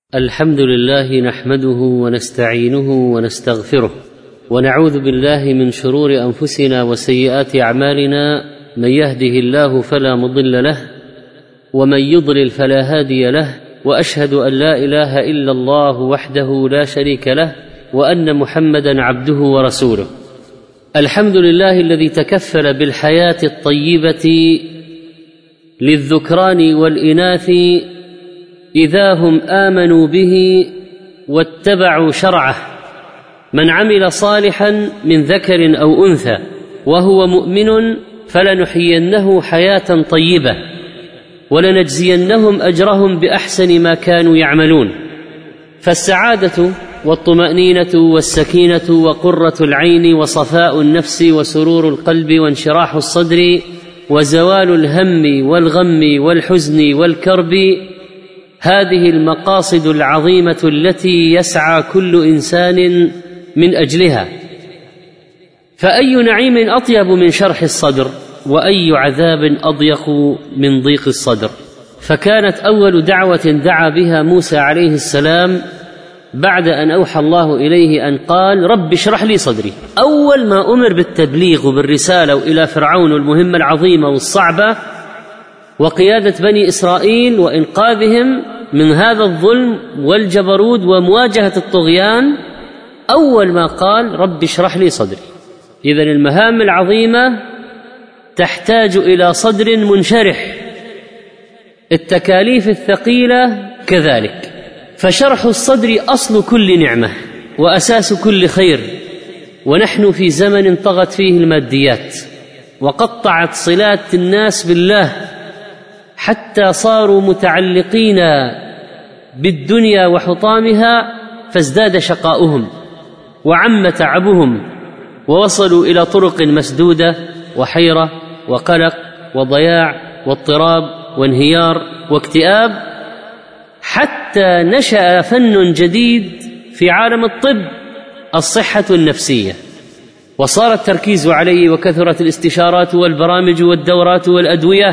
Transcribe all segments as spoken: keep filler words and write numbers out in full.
الحمد لله نحمده ونستعينه ونستغفره ونعوذ بالله من شرور أنفسنا وسيئات أعمالنا. من يهده الله فلا مضل له ومن يضلل فلا هادي له، وأشهد أن لا إله إلا الله وحده لا شريك له وأن محمدا عبده ورسوله. الحمد لله الذي تكفل بالحياة الطيبة للذكران والإناث إذا هم آمنوا به واتبعوا شرعه. من عمل صالحا من ذكر أو أنثى وهو مؤمن فلنحيينه حياة طيبة ولنجزينهم أجرهم بأحسن ما كانوا يعملون. فالسعادة والطمأنينة والسكينة وقرة العين وصفاء النفس وسرور القلب وانشراح الصدر وزوال الهم والغم والحزن والكرب، هذه المقاصد العظيمة التي يسعى كل إنسان من أجلها. فأي نعيم أطيب من شرح الصدر، وأي عذاب أضيق من ضيق الصدر. فكانت أول دعوة دعا بها موسى عليه السلام بعد أن أوحى الله إليه أن قال رب اشرح لي صدري. أول ما أمر بالتبليغ وبالرسالة إلى فرعون المهمة العظيمة والصعبة وقيادة بني إسرائيل وإنقاذهم من هذا الظلم والجبروت ومواجهة الطغيان، أول ما قال رب اشرح لي صدري. إذن المهام العظيمة تحتاج إلى صدر منشرح، التكاليف الثقيلة كذلك. فشرح الصدر أصل كل نعمة وأساس كل خير، ونحن في زمن طغت فيه الماديات وقطعت صلات الناس بالله حتى صاروا متعلقين بالدنيا وحطامها، فازداد شقاؤهم وعم تعبهم ووصلوا إلى طرق مسدودة وحيرة وقلق وضياع واضطراب وانهيار واكتئاب، حتى نشأ فن جديد في عالم الطب، الصحة النفسية، وصار التركيز عليه وكثرت الاستشارات والبرامج والدورات والأدوية،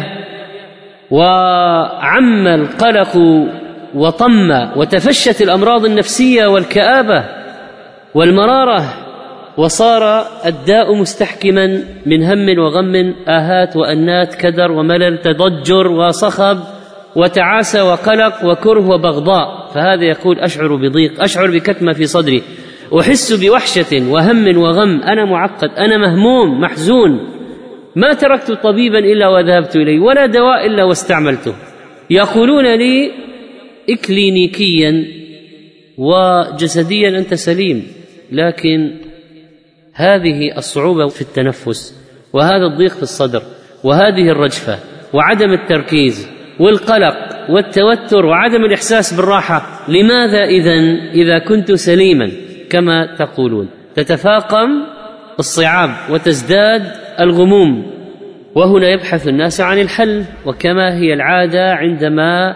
وعم القلق وطم وتفشت الأمراض النفسية والكآبة والمرارة، وصار الداء مستحكما من هم وغم، آهات وأنات، كدر وملل، تضجر وصخب وتعاسة وقلق وكره وبغضاء. فهذا يقول أشعر بضيق، أشعر بكتمة في صدري، أحس بوحشة وهم وغم، أنا معقد، أنا مهموم محزون، ما تركت طبيبا إلا وذهبت إليه ولا دواء إلا واستعملته. يقولون لي إكلينيكيا وجسديا أنت سليم، لكن هذه الصعوبة في التنفس وهذا الضيق في الصدر وهذه الرجفة وعدم التركيز والقلق والتوتر وعدم الإحساس بالراحة، لماذا إذن إذا كنت سليما كما تقولون؟ تتفاقم الصعاب وتزداد الغموم. وهنا يبحث الناس عن الحل، وكما هي العادة عندما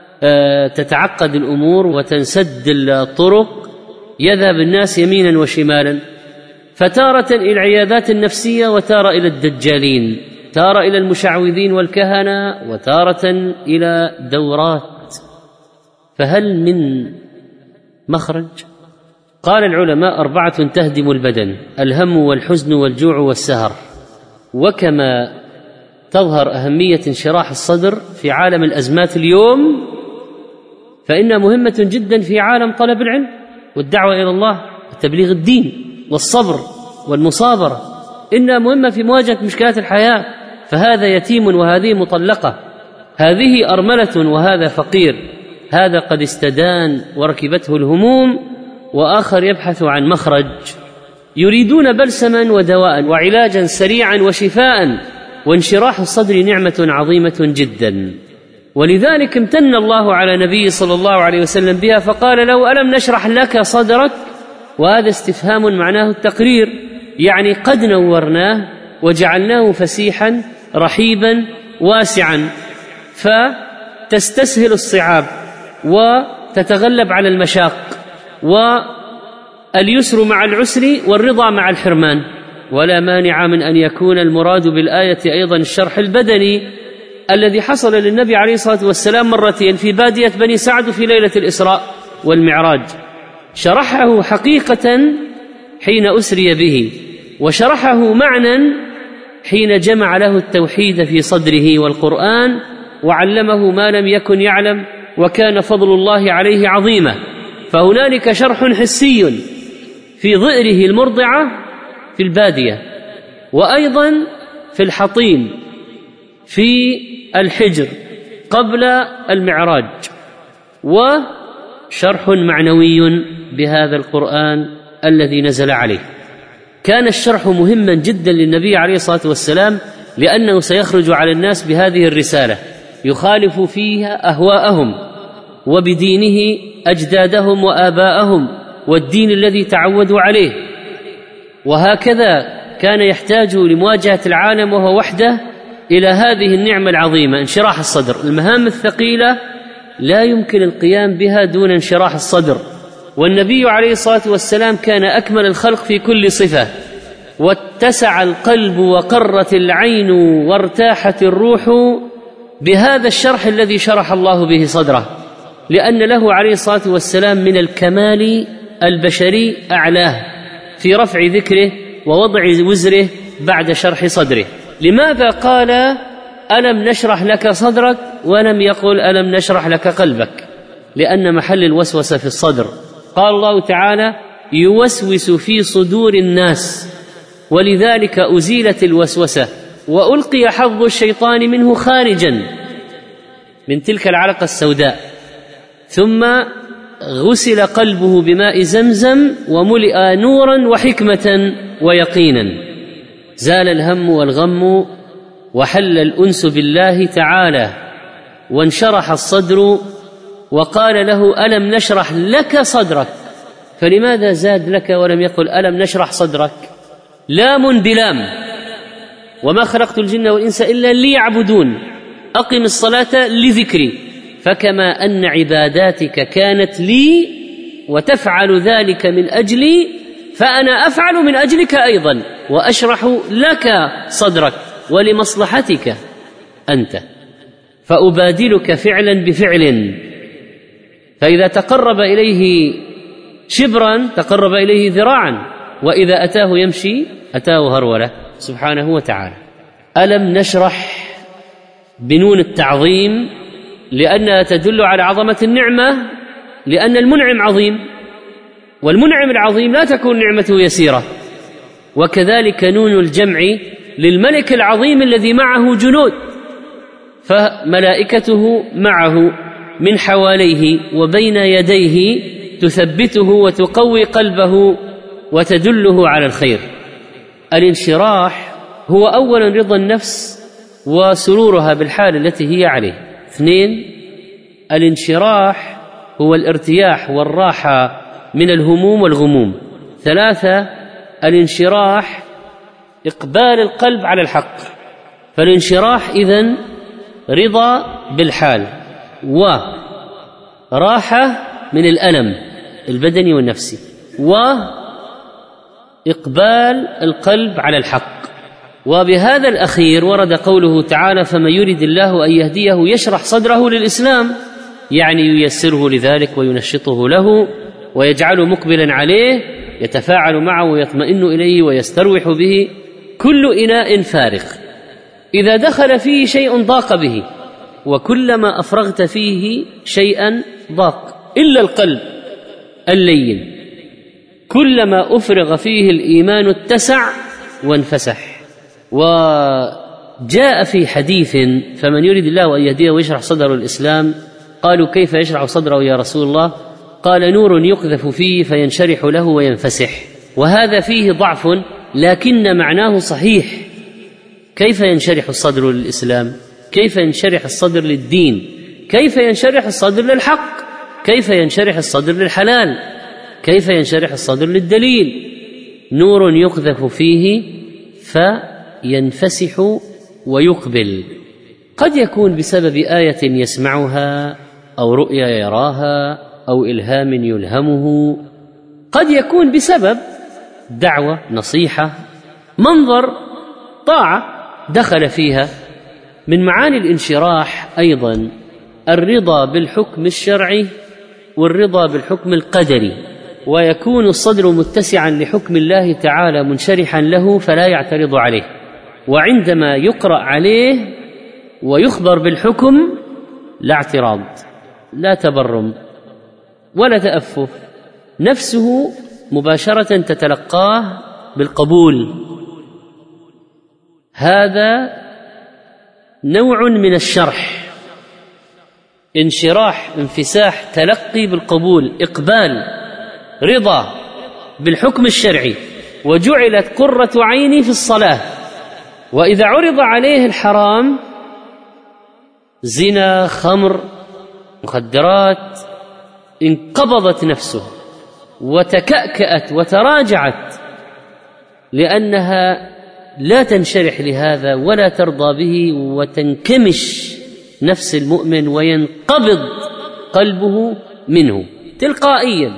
تتعقد الأمور وتنسد الطرق يذهب الناس يمينا وشمالا، فتارة إلى العيادات النفسية وتارة إلى الدجالين، تارة إلى المشعوذين والكهنة، وتارة إلى دورات. فهل من مخرج؟ قال العلماء أربعة تهدم البدن: الهم والحزن والجوع والسهر. وكما تظهر أهمية انشراح الصدر في عالم الأزمات اليوم، فإنها مهمة جدا في عالم طلب العلم والدعوة إلى الله وتبليغ الدين والصبر والمصابرة، إنها مهمة في مواجهة مشكلات الحياة. فهذا يتيم وهذه مطلقة، هذه أرملة وهذا فقير، هذا قد استدان وركبته الهموم، وآخر يبحث عن مخرج. يريدون بلسما ودواء وعلاجا سريعا وشفاء، وانشراح الصدر نعمة عظيمة جدا. ولذلك امتن الله على نبي صلى الله عليه وسلم بها، فقال له ألم نشرح لك صدرك؟ وهذا استفهام معناه التقرير، يعني قد نورناه وجعلناه فسيحا رحيبا واسعا، فتستسهل الصعاب وتتغلب على المشاق، واليسر مع العسر والرضا مع الحرمان. ولا مانع من أن يكون المراد بالآية أيضا الشرح البدني الذي حصل للنبي عليه الصلاة والسلام مرتين في بادية بني سعد في ليلة الإسراء، والمعراج. شرحه حقيقة حين أسري به، وشرحه معنى حين جمع له التوحيد في صدره والقرآن، وعلمه ما لم يكن يعلم، وكان فضل الله عليه عظيما. فهنالك شرح حسي في ظئره المرضعة في البادية، وأيضا في الحطيم في الحجر قبل المعراج، وشرح معنوي بهذا القرآن الذي نزل عليه. كان الشرح مهما جدا للنبي عليه الصلاة والسلام، لأنه سيخرج على الناس بهذه الرسالة يخالف فيها أهواءهم وبدينه أجدادهم وآباءهم والدين الذي تعودوا عليه. وهكذا كان يحتاج لمواجهة العالم وهو وحده إلى هذه النعمة العظيمة، انشراح الصدر. المهام الثقيلة لا يمكن القيام بها دون انشراح الصدر، والنبي عليه الصلاة والسلام كان أكمل الخلق في كل صفة، واتسع القلب وقرت العين وارتاحت الروح بهذا الشرح الذي شرح الله به صدره، لأن له عليه الصلاة والسلام من الكمال البشري أعلاه في رفع ذكره ووضع وزره بعد شرح صدره. لماذا قال ألم نشرح لك صدرك ولم يقل ألم نشرح لك قلبك؟ لأن محل الوسوسة في الصدر. قال الله تعالى يوسوس في صدور الناس، ولذلك أزيلت الوسوسة وألقي حظ الشيطان منه خارجا من تلك العلقة السوداء، ثم غسل قلبه بماء زمزم وملئ نورا وحكمة ويقينا. زال الهم والغم وحل الأنس بالله تعالى، وانشرح الصدر، وقال له ألم نشرح لك صدرك. فلماذا زاد لك ولم يقل ألم نشرح صدرك؟ لام بلام، وما خلقت الجن والإنس إلا ليعبدون، أقم الصلاة لذكري. فكما أن عباداتك كانت لي وتفعل ذلك من أجلي، فأنا أفعل من أجلك أيضا، وأشرح لك صدرك ولمصلحتك أنت، فأبادلك فعلا بفعل. فإذا تقرب إليه شبرا تقرب إليه ذراعا، وإذا أتاه يمشي أتاه هرولة سبحانه وتعالى. ألم نشرح بنون التعظيم لأنها تدل على عظمة النعمة، لأن المنعم عظيم، والمنعم العظيم لا تكون نعمته يسيرة. وكذلك نون الجمع للملك العظيم الذي معه جنود، فملائكته معه من حواليه وبين يديه تثبته وتقوي قلبه وتدله على الخير. الانشراح هو أولا رضا النفس وسرورها بالحال التي هي عليه. اثنين، الانشراح هو الارتياح والراحة من الهموم والغموم. ثلاثة، الانشراح إقبال القلب على الحق. فالانشراح إذن رضا بالحال وراحة من الألم البدني والنفسي، وإقبال القلب على الحق. وبهذا الأخير ورد قوله تعالى فمن يرد الله أن يهديه يشرح صدره للإسلام، يعني ييسره لذلك وينشطه له ويجعله مقبلا عليه، يتفاعل معه ويطمئن إليه ويستروح به. كل إناء فارغ إذا دخل فيه شيء ضاق به، وكلما أفرغت فيه شيئا ضاق، إلا القلب اللين كلما أفرغ فيه الإيمان اتسع وانفسح. وجاء في حديث فمن يريد الله أن يهديه ويشرح صدره الإسلام، قالوا كيف يشرح صدره يا رسول الله؟ قال نور يقذف فيه فينشرح له وينفسح. وهذا فيه ضعف لكن معناه صحيح. كيف ينشرح الصدر للإسلام؟ كيف ينشرح الصدر للدين؟ كيف ينشرح الصدر للحق؟ كيف ينشرح الصدر للحلال؟ كيف ينشرح الصدر للدليل؟ نور يقذف فيه فينفسح ويقبل. قد يكون بسبب آية يسمعها أو رؤيا يراها أو إلهام يلهمه، قد يكون بسبب دعوة، نصيحة، منظر، طاعة دخل فيها. من معاني الانشراح أيضا الرضا بالحكم الشرعي والرضا بالحكم القدري، ويكون الصدر متسعا لحكم الله تعالى منشرحا له فلا يعترض عليه، وعندما يقرأ عليه ويخبر بالحكم لا اعتراض، لا تبرم ولا تأفف، نفسه مباشرة تتلقاه بالقبول. هذا نوع من الشرح، انشراح، انفساح، تلقي بالقبول، إقبال، رضا بالحكم الشرعي. وجعلت قرة عيني في الصلاة. وإذا عرض عليه الحرام، زنا، خمر، مخدرات، انقبضت نفسه وتكأكأت وتراجعت، لأنها لا تنشرح لهذا ولا ترضى به، وتنكمش نفس المؤمن وينقبض قلبه منه تلقائيا.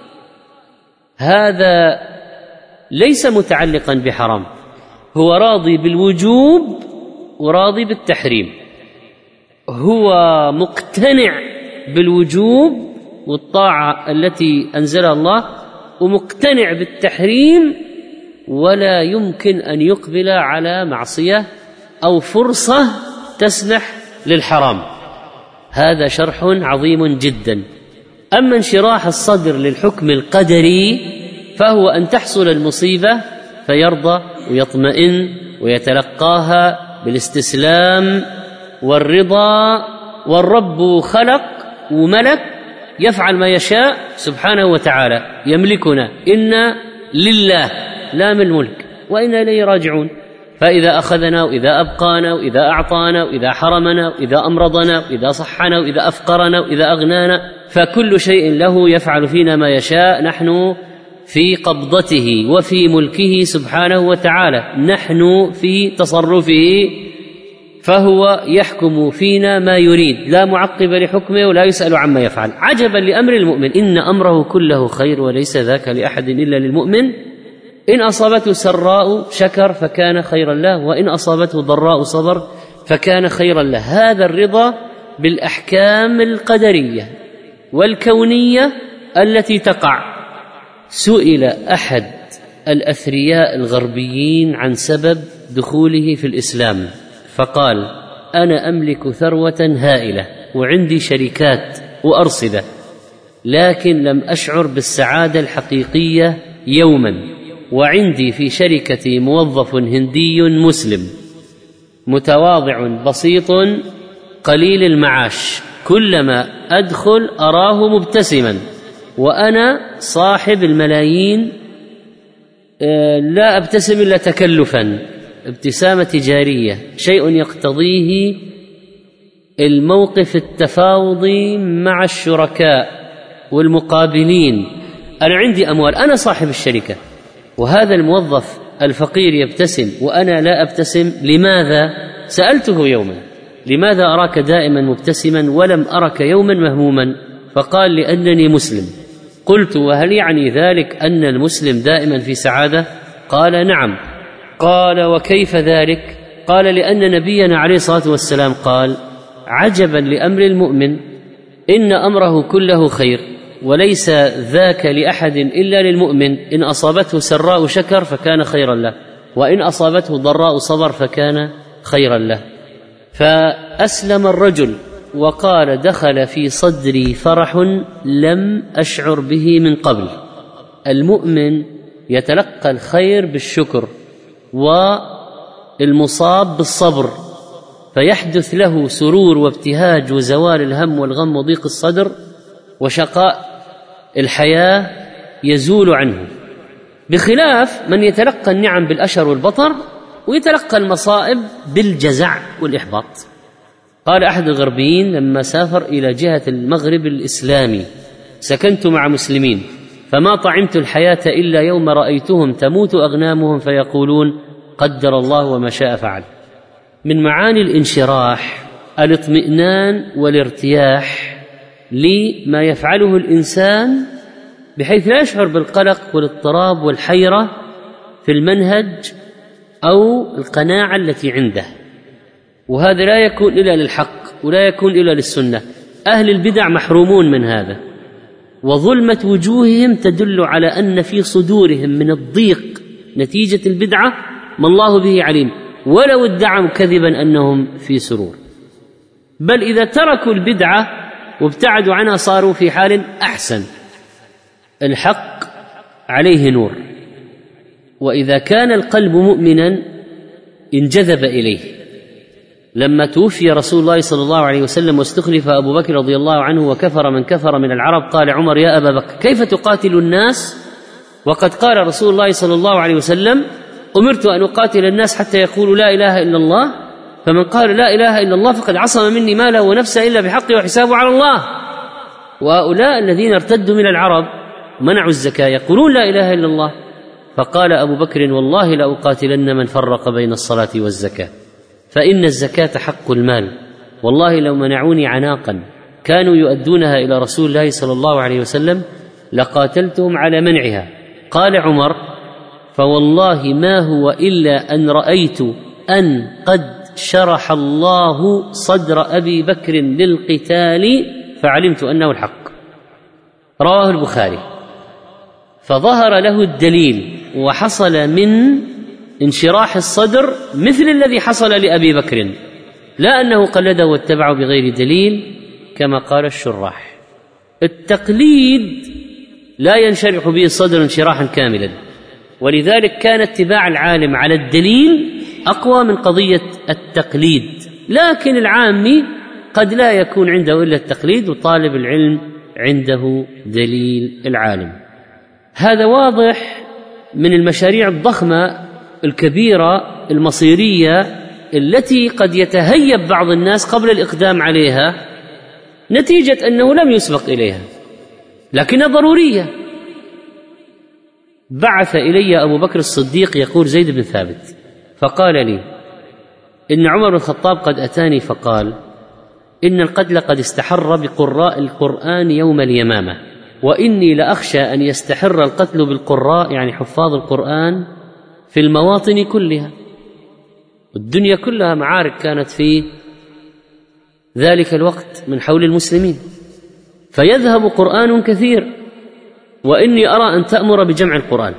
هذا ليس متعلقا بحرام، هو راضي بالوجوب وراضي بالتحريم، هو مقتنع بالوجوب والطاعة التي أنزلها الله، ومقتنع بالتحريم، ولا يمكن أن يقبل على معصية أو فرصة تسنح للحرام. هذا شرح عظيم جدا. أما انشراح الصدر للحكم القدري فهو أن تحصل المصيبة فيرضى ويطمئن ويتلقاها بالاستسلام والرضا، والرب خلق وملك يفعل ما يشاء سبحانه وتعالى، يملكنا، إنا لله لا من الملك وإنا إليه راجعون. فإذا أخذنا وإذا أبقانا وإذا أعطانا وإذا حرمنا وإذا أمرضنا وإذا صحنا وإذا أفقرنا وإذا أغنانا، فكل شيء له يفعل فينا ما يشاء. نحن في قبضته وفي ملكه سبحانه وتعالى، نحن في تصرفه، فهو يحكم فينا ما يريد، لا معقب لحكمه ولا يسأل عما يفعل. عجبا لأمر المؤمن، إن أمره كله خير وليس ذاك لأحد إلا للمؤمن. إن أصابته سراء شكر فكان خيرا له، وإن أصابته ضراء صبر فكان خيرا له. هذا الرضا بالأحكام القدرية والكونية التي تقع. سئل أحد الأثرياء الغربيين عن سبب دخوله في الإسلام، فقال: أنا أملك ثروة هائلة وعندي شركات وأرصدة، لكن لم أشعر بالسعادة الحقيقية يوما، وعندي في شركتي موظف هندي مسلم متواضع بسيط قليل المعاش، كلما أدخل أراه مبتسما، وأنا صاحب الملايين لا أبتسم إلا تكلفا، ابتسامة تجارية، شيء يقتضيه الموقف التفاوضي مع الشركاء والمقابلين. أنا عندي أموال، أنا صاحب الشركة، وهذا الموظف الفقير يبتسم وأنا لا أبتسم، لماذا؟ سألته يوما: لماذا أراك دائما مبتسما ولم أرك يوما مهموما؟ فقال: لأنني مسلم. قلت: وهل يعني ذلك أن المسلم دائما في سعادة؟ قال: نعم. قال: وكيف ذلك؟ قال: لأن نبينا عليه الصلاة والسلام قال: عجبا لأمر المؤمن، إن أمره كله خير وليس ذاك لأحد إلا للمؤمن، إن أصابته سراء شكر فكان خيرا له، وإن أصابته ضراء صبر فكان خيرا له. فأسلم الرجل وقال: دخل في صدري فرح لم أشعر به من قبل. المؤمن يتلقى الخير بالشكر والمصاب بالصبر، فيحدث له سرور وابتهاج وزوال الهم والغم وضيق الصدر، وشقاء الحياة يزول عنه، بخلاف من يتلقى النعم بالأشر والبطر ويتلقى المصائب بالجزع والإحباط. قال أحد الغربيين لما سافر إلى جهة المغرب الإسلامي: سكنت مع مسلمين فما طعمت الحياة إلا يوم رأيتهم تموت أغنامهم فيقولون قدر الله وما شاء فعل. من معاني الانشراح الاطمئنان والارتياح لما يفعله الإنسان، بحيث لا يشعر بالقلق والاضطراب والحيرة في المنهج أو القناعة التي عنده. وهذا لا يكون إلا للحق ولا يكون إلا للسنة. أهل البدع محرومون من هذا، وظلمة وجوههم تدل على أن في صدورهم من الضيق نتيجة البدعة ما الله به عليم، ولو ادعوا كذبا أنهم في سرور. بل إذا تركوا البدعة وابتعدوا عنها صاروا في حال أحسن. الحق عليه نور، وإذا كان القلب مؤمنا انجذب إليه. لما توفي رسول الله صلى الله عليه وسلم واستخلف أبو بكر رضي الله عنه وكفر من كفر من العرب، قال عمر: يا أبا بكر، كيف تقاتل الناس وقد قال رسول الله صلى الله عليه وسلم: أمرت أن أقاتل الناس حتى يقولوا لا إله إلا الله، فمن قال لا إله إلا الله فقد عصم مني ماله ونفسه إلا بحقه وحسابه على الله. وهؤلاء الذين ارتدوا من العرب منعوا الزكاة يقولون لا إله إلا الله. فقال أبو بكر: والله لأقاتلن من فرق بين الصلاة والزكاة، فإن الزكاة حق المال، والله لو منعوني عناقا كانوا يؤدونها إلى رسول الله صلى الله عليه وسلم لقاتلتهم على منعها. قال عمر: فوالله ما هو إلا أن رأيت أن قد شرح الله صدر أبي بكر للقتال فعلمت أنه الحق. رواه البخاري. فظهر له الدليل وحصل من انشراح الصدر مثل الذي حصل لأبي بكر، لا أنه قلده واتبعه بغير دليل كما قال الشراح. التقليد لا ينشرح به الصدر انشراحا كاملا، ولذلك كان اتباع العالم على الدليل أقوى من قضية التقليد. لكن العامي قد لا يكون عنده إلا التقليد، وطالب العلم عنده دليل العالم. هذا واضح من المشاريع الضخمة الكبيرة المصيرية التي قد يتهيب بعض الناس قبل الإقدام عليها نتيجة أنه لم يسبق إليها، لكنها ضرورية. بعث إلي أبو بكر الصديق يقول زيد بن ثابت فقال لي: إن عمر بن الخطاب قد أتاني فقال: إن القتل قد استحر بقراء القرآن يوم اليمامة، وإني لأخشى أن يستحر القتل بالقراء يعني حفاظ القرآن في المواطن كلها. الدنيا كلها معارك كانت في ذلك الوقت من حول المسلمين، فيذهب قرآن كثير، وإني أرى أن تأمر بجمع القرآن.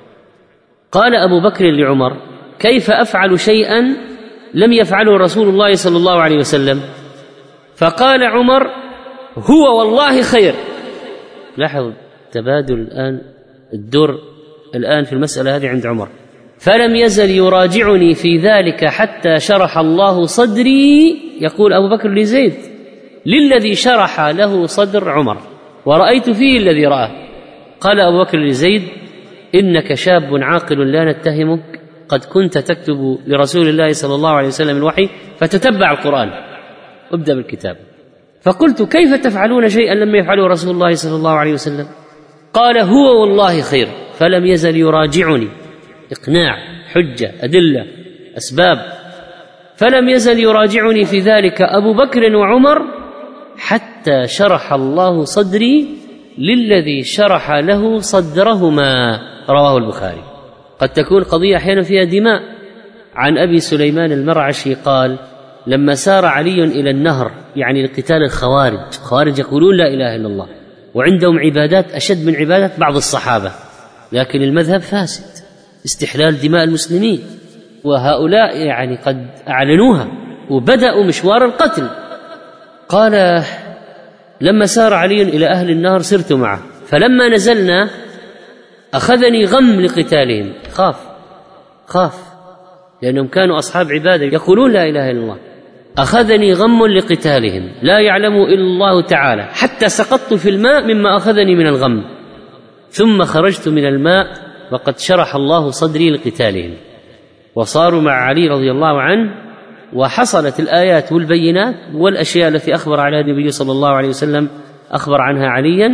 قال أبو بكر لعمر: كيف أفعل شيئا لم يفعله رسول الله صلى الله عليه وسلم؟ فقال عمر: هو والله خير. لاحظ تبادل الآن الدور الآن في المسألة هذه عند عمر. فلم يزل يراجعني في ذلك حتى شرح الله صدري، يقول أبو بكر لزيد، للذي شرح له صدر عمر، ورأيت فيه الذي رآه. قال أبو بكر لزيد: إنك شاب عاقل لا نتهمك، قد كنت تكتب لرسول الله صلى الله عليه وسلم الوحي فتتبع القرآن، ابدأ بالكتاب. فقلت: كيف تفعلون شيئا لم يفعله رسول الله صلى الله عليه وسلم؟ قال: هو والله خير. فلم يزل يراجعني، إقناع، حجة، أدلة، أسباب. فلم يزل يراجعني في ذلك أبو بكر وعمر حتى شرح الله صدري للذي شرح له صدرهما. رواه البخاري. قد تكون قضية أحيانا فيها دماء. عن أبي سليمان المرعشي قال: لما سار علي إلى النهر يعني لقتال الخوارج، خوارج يقولون لا إله إلا الله وعندهم عبادات أشد من عبادات بعض الصحابة، لكن المذهب فاسد، استحلال دماء المسلمين، وهؤلاء يعني قد أعلنوها وبدأوا مشوار القتل. قال: لما سار علي إلى أهل النار سرت معه، فلما نزلنا أخذني غم لقتالهم، خاف خاف لأنهم كانوا أصحاب عبادة يقولون لا إله إلا الله. أخذني غم لقتالهم لا يعلم إلا الله تعالى، حتى سقطت في الماء مما أخذني من الغم، ثم خرجت من الماء وقد شرح الله صدري لقتالهم. وصاروا مع علي رضي الله عنه، وحصلت الآيات والبينات والأشياء التي أخبر عليها النبي صلى الله عليه وسلم، أخبر عنها عليا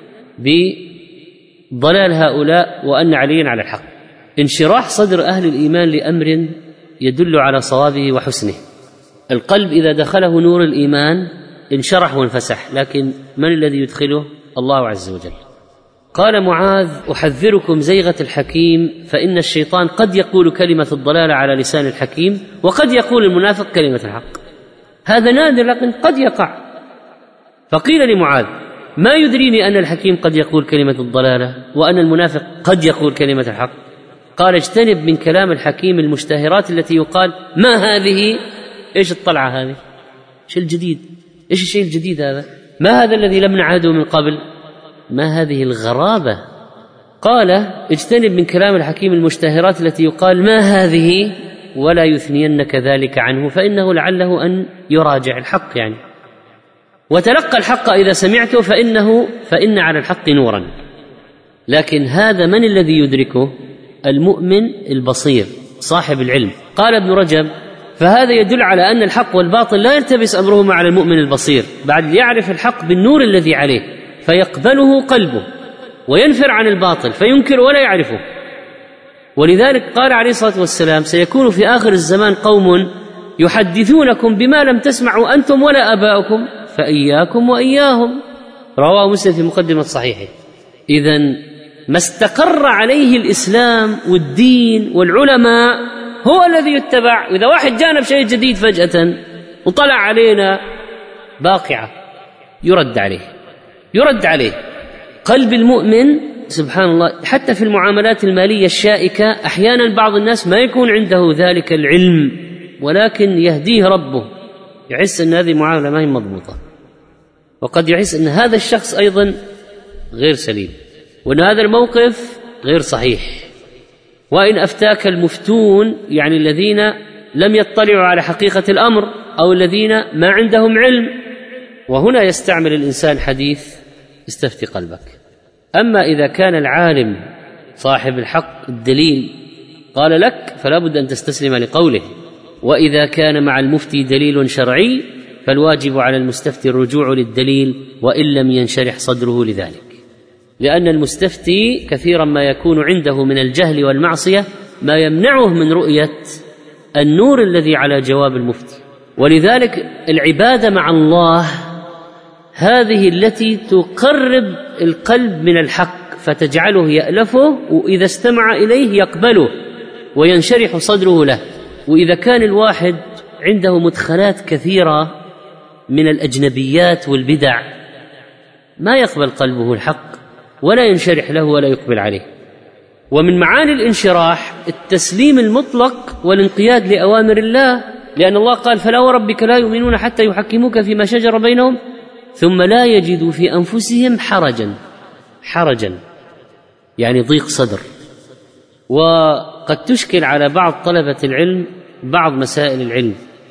بضلال هؤلاء وأن عليا على الحق. انشراح صدر أهل الإيمان لأمر يدل على صوابه وحسنه. القلب إذا دخله نور الإيمان انشرح وانفسح، لكن من الذي يدخله؟ الله عز وجل. قال معاذ: أحذركم زيغة الحكيم، فإن الشيطان قد يقول كلمة الضلال على لسان الحكيم، وقد يقول المنافق كلمة الحق. هذا نادر لكن قد يقع. فقيل لمعاذ: ما يدريني أن الحكيم قد يقول كلمة الضلالة وأن المنافق قد يقول كلمة الحق. قال اجتنب من كلام الحكيم المشتهرات التي يقال ما هذه، إيش الطلعة هذه، إيش الجديد، إيش الشيء الجديد هذا، ما هذا الذي لم نعهده من قبل، ما هذه الغرابة. قال اجتنب من كلام الحكيم المشتهرات التي يقال ما هذه ولا يثنينك ذلك عنه، فإنه لعله أن يراجع الحق يعني. وتلقى الحق إذا سمعته فإنه فإن على الحق نورا. لكن هذا من الذي يدركه؟ المؤمن البصير صاحب العلم. قال ابن رجب فهذا يدل على أن الحق والباطل لا يلتبس أمرهما على المؤمن البصير، بعد يعرف الحق بالنور الذي عليه فيقبله قلبه، وينفر عن الباطل فينكر ولا يعرفه. ولذلك قال عليه الصلاة والسلام سيكون في آخر الزمان قوم يحدثونكم بما لم تسمعوا أنتم ولا آباؤكم فإياكم وإياهم، رواه مسلم في مقدمة صحيحه. إذن ما استقر عليه الإسلام والدين والعلماء هو الذي يتبع. وإذا واحد جانا بشيء جديد فجأة وطلع علينا باقعة يرد عليه يرد عليه قلب المؤمن سبحان الله. حتى في المعاملات المالية الشائكة أحيانا بعض الناس ما يكون عنده ذلك العلم، ولكن يهديه ربه، يحس أن هذه معاملة ما هي مضبوطة، وقد يحس أن هذا الشخص أيضا غير سليم، وأن هذا الموقف غير صحيح. وإن أفتاك المفتون يعني الذين لم يطلعوا على حقيقة الأمر أو الذين ما عندهم علم، وهنا يستعمل الإنسان حديث استفتي قلبك. أما إذا كان العالم صاحب الحق الدليل قال لك فلا بد أن تستسلم لقوله. وإذا كان مع المفتي دليل شرعي فالواجب على المستفتي الرجوع للدليل وإن لم ينشرح صدره لذلك، لأن المستفتي كثيرا ما يكون عنده من الجهل والمعصية ما يمنعه من رؤية النور الذي على جواب المفتي. ولذلك العبادة مع الله هذه التي تقرب القلب من الحق فتجعله يألفه، وإذا استمع إليه يقبله وينشرح صدره له. وإذا كان الواحد عنده مدخلات كثيرة من الأجنبيات والبدع ما يقبل قلبه الحق ولا ينشرح له ولا يقبل عليه. ومن معاني الانشراح التسليم المطلق والانقياد لأوامر الله، لأن الله قال فلا وربك لا يؤمنون حتى يحكموك فيما شجر بينهم ثم لا يجدوا في أنفسهم حرجا حرجا يعني ضيق صدر. وقد تشكل على بعض طلبة العلم بعض مسائل العلم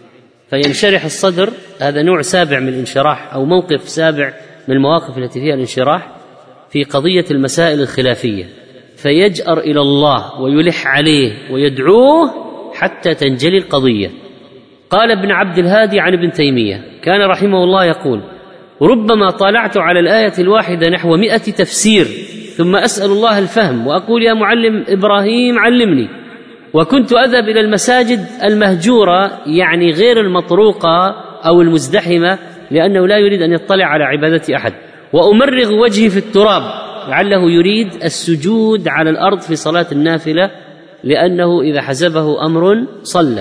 فينشرح الصدر، هذا نوع سابع من الانشراح أو موقف سابع من المواقف التي فيها الانشراح في قضية المسائل الخلافية، فيجأر إلى الله ويلح عليه ويدعوه حتى تنجلي القضية. قال ابن عبد الهادي عن ابن تيمية كان رحمه الله يقول ربما طالعت على الآية الواحدة نحو مئة تفسير ثم أسأل الله الفهم وأقول يا معلم إبراهيم علمني، وكنت أذهب إلى المساجد المهجورة يعني غير المطروقة أو المزدحمة لأنه لا يريد أن يطلع على عبادة أحد، وأمرغ وجهي في التراب لعله يريد السجود على الأرض في صلاة النافلة لأنه إذا حزبه أمر صلى،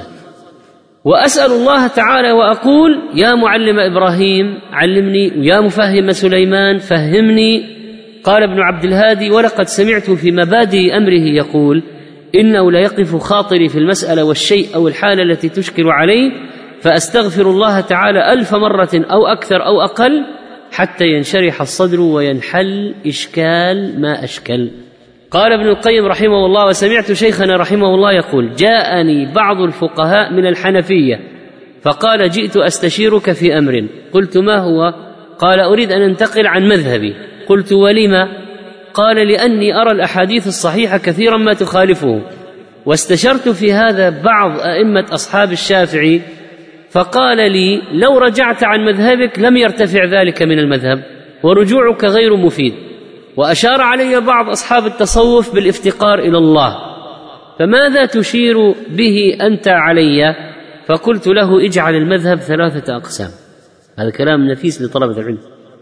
وأسأل الله تعالى وأقول يا معلم إبراهيم علمني ويا مفهم سليمان فهمني. قال ابن عبد الهادي ولقد سمعت في مبادئ أمره يقول إنه لا يقف خاطري في المسألة والشيء أو الحالة التي تشكل عليه فأستغفر الله تعالى ألف مرة أو أكثر أو أقل حتى ينشرح الصدر وينحل إشكال ما أشكل. قال ابن القيم رحمه الله وسمعت شيخنا رحمه الله يقول جاءني بعض الفقهاء من الحنفية فقال جئت أستشيرك في أمر، قلت ما هو؟ قال أريد أن أنتقل عن مذهبي، قلت ولما؟ قال لأني أرى الأحاديث الصحيحة كثيرا ما تخالفه، واستشرت في هذا بعض أئمة أصحاب الشافعي فقال لي لو رجعت عن مذهبك لم يرتفع ذلك من المذهب ورجوعك غير مفيد، وأشار علي بعض أصحاب التصوف بالافتقار إلى الله، فماذا تشير به أنت علي؟ فقلت له اجعل المذهب ثلاثة أقسام. هذا كلام نفيس لطلبة العلم.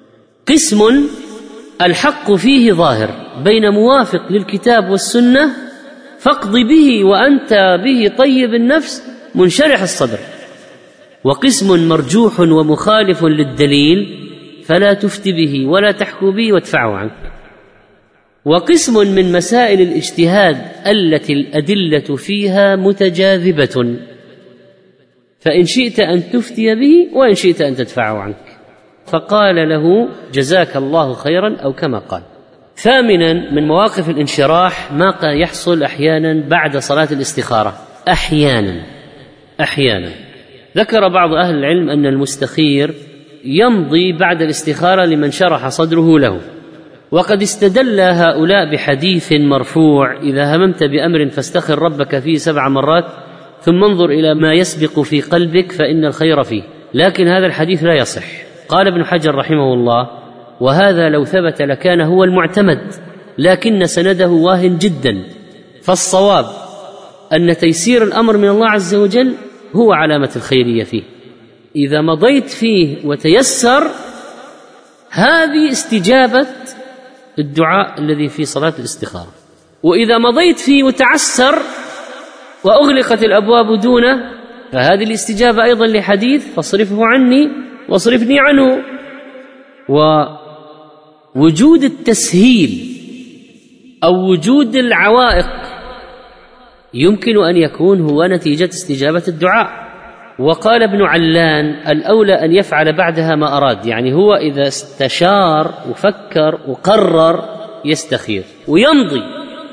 قسم الحق فيه ظاهر بين موافق للكتاب والسنة فاقض به وأنت به طيب النفس منشرح الصدر، وقسم مرجوح ومخالف للدليل فلا تفت به ولا تحكو به وادفعه عنك. وقسم من مسائل الاجتهاد التي الأدلة فيها متجاذبة، فإن شئت أن تفتي به وإن شئت أن تدفعه عنك. فقال له جزاك الله خيرا أو كما قال. ثامنا من مواقف الانشراح ما يحصل أحيانا بعد صلاة الاستخارة. أحيانا أحيانا ذكر بعض أهل العلم أن المستخير يمضي بعد الاستخارة لمن شرح صدره له، وقد استدل هؤلاء بحديث مرفوع إذا هممت بأمر فاستخر ربك فيه سبع مرات ثم انظر إلى ما يسبق في قلبك فإن الخير فيه، لكن هذا الحديث لا يصح. قال ابن حجر رحمه الله وهذا لو ثبت لكان هو المعتمد، لكن سنده واهن جدا، فالصواب أن تيسير الأمر من الله عز وجل هو علامة الخيرية فيه. إذا مضيت فيه وتيسر هذه استجابة الدعاء الذي في صلاة الاستخارة، وإذا مضيت فيه وتعسر وأغلقت الأبواب دونه فهذه الاستجابة أيضا لحديث فاصرفه عني واصرفني عنه. ووجود التسهيل أو وجود العوائق يمكن أن يكون هو نتيجة استجابة الدعاء. وقال ابن علان الأولى أن يفعل بعدها ما أراد، يعني هو إذا استشار وفكر وقرر يستخير ويمضي.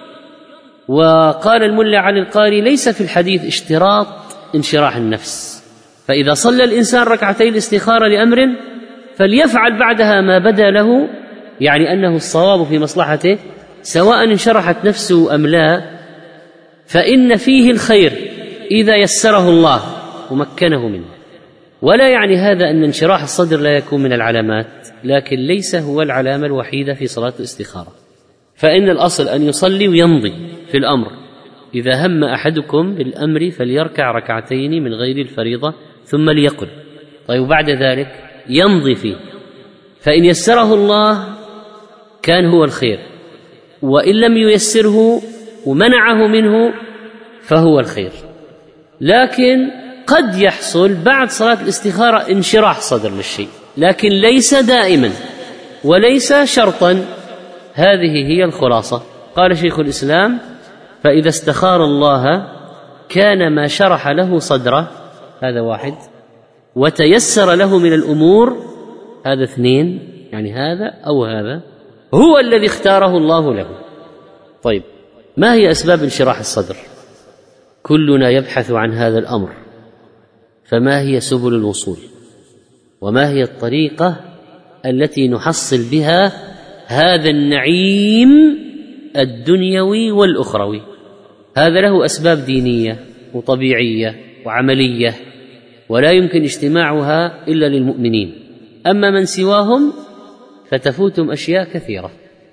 وقال الملا علي القاري ليس في الحديث اشتراط انشراح النفس، فإذا صلى الإنسان ركعتي الاستخارة لأمر فليفعل بعدها ما بدا له، يعني أنه الصواب في مصلحته سواء انشرحت نفسه أم لا، فإن فيه الخير إذا يسره الله ومكنه منه. ولا يعني هذا أن انشراح الصدر لا يكون من العلامات، لكن ليس هو العلامة الوحيدة في صلاة الاستخارة. فإن الأصل أن يصلي ويمضي في الأمر. إذا هم أحدكم بالأمر فليركع ركعتين من غير الفريضة ثم ليقل، طيب بعد ذلك يمضي فيه، فإن يسره الله كان هو الخير، وإن لم ييسره ومنعه منه فهو الخير. لكن قد يحصل بعد صلاة الاستخارة انشراح صدر للشيء، لكن ليس دائما وليس شرطا. هذه هي الخلاصة. قال شيخ الإسلام فإذا استخار الله كان ما شرح له صدره، هذا واحد، وتيسر له من الأمور، هذا اثنين، يعني هذا أو هذا هو الذي اختاره الله له. طيب ما هي أسباب انشراح الصدر؟ كلنا يبحث عن هذا الأمر، فما هي سبل الوصول؟ وما هي الطريقة التي نحصل بها هذا النعيم الدنيوي والأخروي؟ هذا له أسباب دينية وطبيعية وعملية، ولا يمكن اجتماعها إلا للمؤمنين، أما من سواهم فتفوتهم أشياء كثيرة.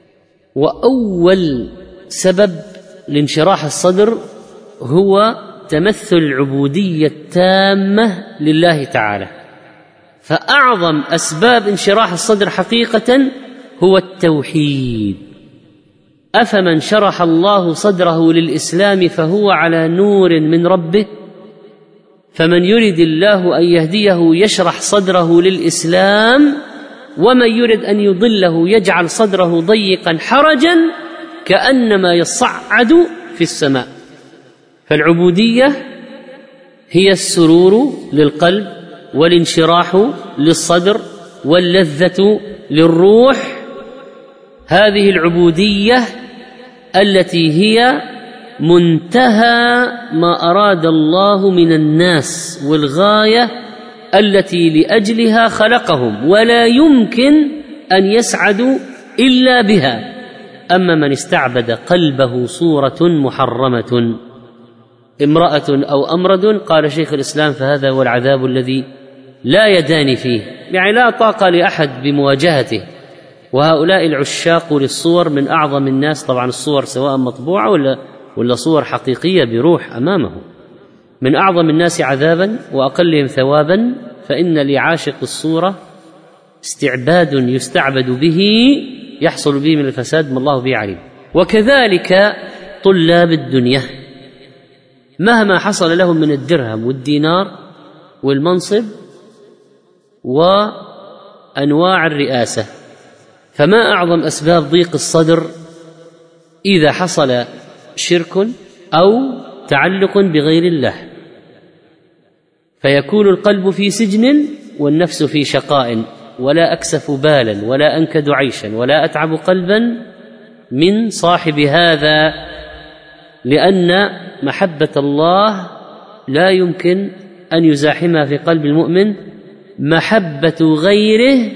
وأول سبب لانشراح الصدر هو تمثل العبودية التامة لله تعالى. فأعظم أسباب انشراح الصدر حقيقة هو التوحيد. أفمن شرح الله صدره للإسلام فهو على نور من ربه، فمن يرد الله أن يهديه يشرح صدره للإسلام، ومن يرد أن يضله يجعل صدره ضيقا حرجا كأنما يصعد في السماء. فالعبودية هي السرور للقلب والانشراح للصدر واللذة للروح. هذه العبودية التي هي منتهى ما أراد الله من الناس والغاية التي لأجلها خلقهم، ولا يمكن أن يسعدوا إلا بها. أما من استعبد قلبه صورة محرمة، امرأة أو أمرد، قال شيخ الإسلام فهذا هو العذاب الذي لا يدان فيه، يعني لا طاقة لأحد بمواجهته. وهؤلاء العشاق للصور من أعظم الناس، طبعا الصور سواء مطبوعة ولا, ولا صور حقيقية بروح أمامه، من أعظم الناس عذابا وأقلهم ثوابا. فإن لعاشق الصورة استعباد يستعبد به يحصل به من الفساد ما الله به عليم. وكذلك طلاب الدنيا مهما حصل لهم من الدرهم والدينار والمنصب أنواع الرئاسة. فما أعظم أسباب ضيق الصدر إذا حصل شرك أو تعلق بغير الله، فيكون القلب في سجن والنفس في شقاء، ولا أكسف بالا ولا أنكد عيشا ولا أتعب قلبا من صاحب هذا، لأن محبة الله لا يمكن أن يزاحمها في قلب المؤمن. محبة غيره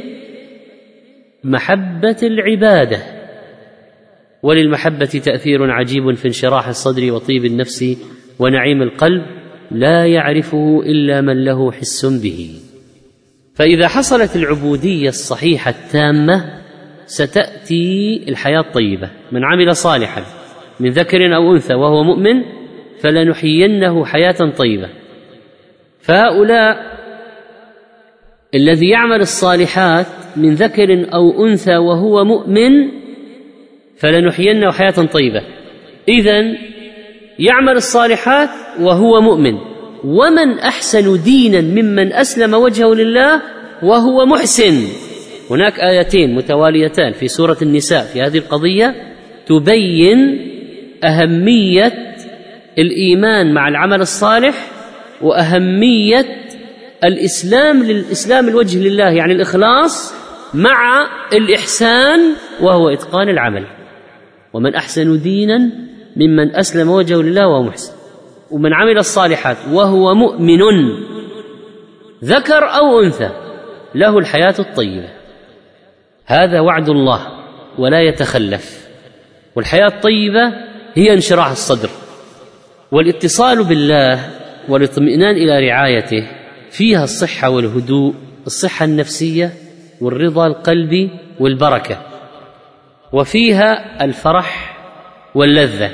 محبة العبادة، وللمحبة تأثير عجيب في انشراح الصدر وطيب النفس ونعيم القلب لا يعرفه إلا من له حس به. فإذا حصلت العبودية الصحيحة التامة ستأتي الحياة الطيبة. من عمل صالحا من ذكر أو أنثى وهو مؤمن فلنحيينه حياة طيبة. فهؤلاء الذي يعمل الصالحات من ذكر أو أنثى وهو مؤمن فلنحيينه حياة طيبة، إذن يعمل الصالحات وهو مؤمن. ومن أحسن دينا ممن أسلم وجهه لله وهو محسن. هناك آيتين متواليتان في سورة النساء في هذه القضية تبين أهمية الإيمان مع العمل الصالح وأهمية الإسلام للإسلام الوجه لله، يعني الإخلاص مع الإحسان وهو إتقان العمل. ومن أحسن دينا ممن أسلم وجهه لله وهو محسن. ومن عمل الصالحات وهو مؤمن ذكر أو أنثى له الحياة الطيبة. هذا وعد الله ولا يتخلف. والحياة الطيبة هي انشراح الصدر والاتصال بالله والاطمئنان إلى رعايته، فيها الصحة والهدوء، الصحة النفسية والرضا القلبي والبركة، وفيها الفرح واللذة.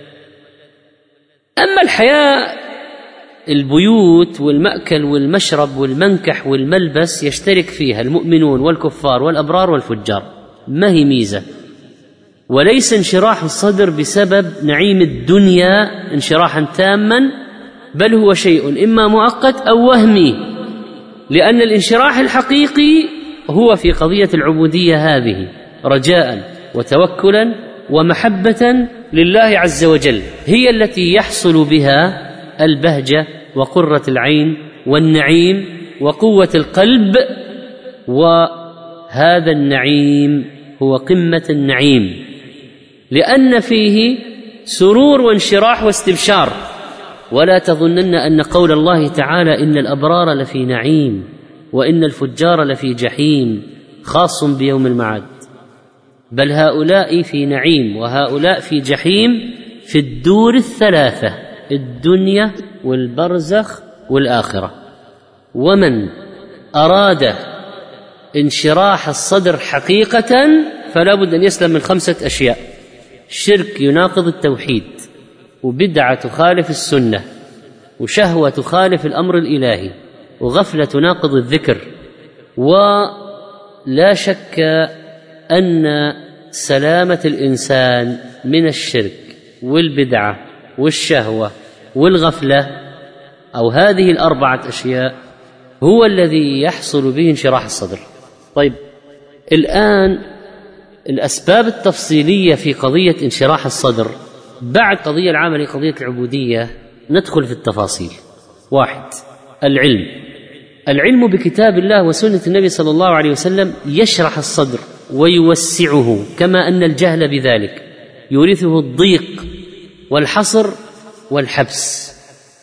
أما الحياة البيوت والمأكل والمشرب والمنكح والملبس يشترك فيها المؤمنون والكفار والأبرار والفجار، ما هي ميزة. وليس انشراح الصدر بسبب نعيم الدنيا انشراحا تاما، بل هو شيء إما مؤقت أو وهمي، لأن الانشراح الحقيقي هو في قضية العبودية هذه، رجاء وتوكلا ومحبة لله عز وجل، هي التي يحصل بها البهجة وقرة العين والنعيم وقوة القلب. وهذا النعيم هو قمة النعيم، لأن فيه سرور وانشراح واستبشار. ولا تظنن أن قول الله تعالى إن الأبرار لفي نعيم وإن الفجار لفي جحيم خاص بيوم المعاد، بل هؤلاء في نعيم وهؤلاء في جحيم في الدور الثلاثة، الدنيا والبرزخ والآخرة. ومن أراد انشراح الصدر حقيقة فلا بد أن يسلم من خمسة أشياء: شرك يناقض التوحيد، وبدعة تخالف السنة، وشهوة تخالف الأمر الإلهي، وغفلة تناقض الذكر. ولا شك أن سلامة الإنسان من الشرك والبدعة والشهوة والغفلة، أو هذه الأربعة أشياء، هو الذي يحصل به انشراح الصدر. طيب، الآن الأسباب التفصيلية في قضية انشراح الصدر بعد قضية العامة قضية العبودية ندخل في التفاصيل. واحد، العلم. العلم بكتاب الله وسنة النبي صلى الله عليه وسلم يشرح الصدر ويوسعه، كما أن الجهل بذلك يورثه الضيق والحصر والحبس.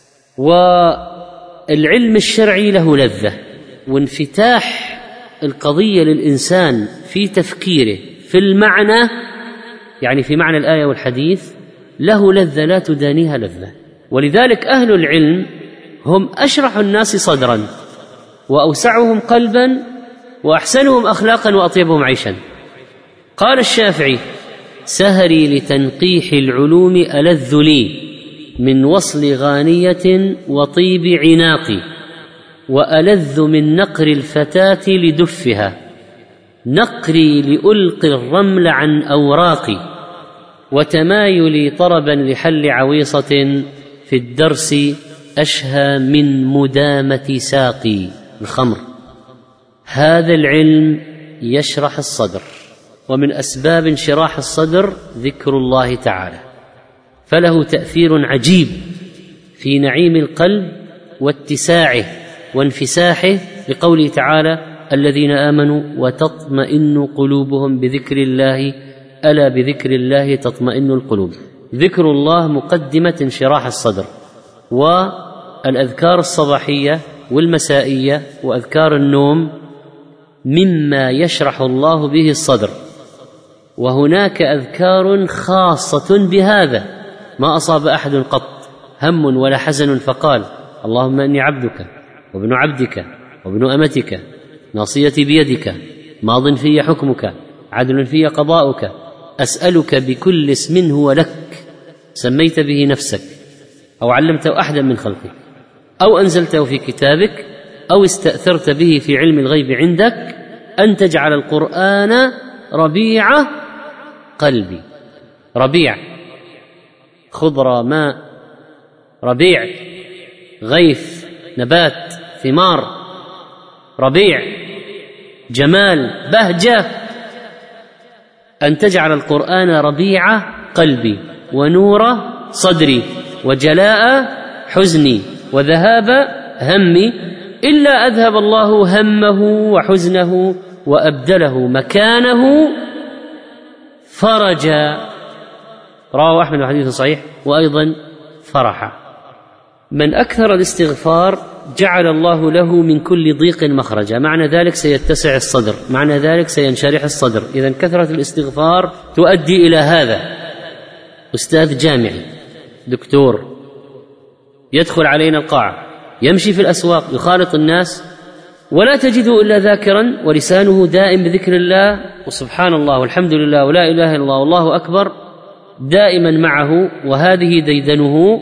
والعلم الشرعي له لذة، وانفتاح القضية للإنسان في تفكيره في المعنى، يعني في معنى الآية والحديث، له لذة لا تدانيها لذة. ولذلك أهل العلم هم أشرح الناس صدرا وأوسعهم قلبا وأحسنهم أخلاقا وأطيبهم عيشا. قال الشافعي: سهري لتنقيح العلوم ألذ لي من وصل غانية وطيب عناقي، وألذ من نقر الفتاة لدفها، نقري لألقي الرمل عن أوراقي، وتمايلي طربا لحل عويصة في الدرس أشهى من مدامة ساقي الخمر. هذا العلم يشرح الصدر، ومن أسباب انشراح الصدر ذكر الله تعالى، فله تأثير عجيب في نعيم القلب واتساعه وانفساحه، لقوله تعالى: الذين آمنوا وتطمئن قلوبهم بذكر الله ألا بذكر الله تطمئن القلوب. ذكر الله مقدمة انشراح الصدر، والأذكار الصباحية والمسائية وأذكار النوم مما يشرح الله به الصدر. وهناك أذكار خاصة بهذا ما أصاب أحد قط هم ولا حزن فقال: اللهم إني عبدك وابن عبدك وابن أمتك ناصيتي بيدك ماض في حكمك عدل في قضاؤك أسألك بكل اسم هو لك سميت به نفسك أو علمته أحدا من خلقك أو أنزلته في كتابك أو استأثرت به في علم الغيب عندك أن تجعل القرآن ربيع قلبي. ربيع خضرة ماء، ربيع غيث نبات ثمار، ربيع جمال بهجة. أن تجعل القرآن ربيع قلبي ونور صدري وجلاء حزني وذهاب همي، إلا أذهب الله همه وحزنه وأبدله مكانه فرجا. رواه أحمد حديث صحيح، وأيضا فرحا. من أكثر الاستغفار جعل الله له من كل ضيق مخرجا، معنى ذلك سيتسع الصدر، معنى ذلك سينشرح الصدر. إذن كثرة الاستغفار تؤدي إلى هذا. أستاذ جامعي دكتور يدخل علينا القاعة، يمشي في الأسواق، يخالط الناس، ولا تجده إلا ذاكرا ولسانه دائم بذكر الله وسبحان الله والحمد لله ولا إله إلا الله والله أكبر دائما معه، وهذه ديدنه.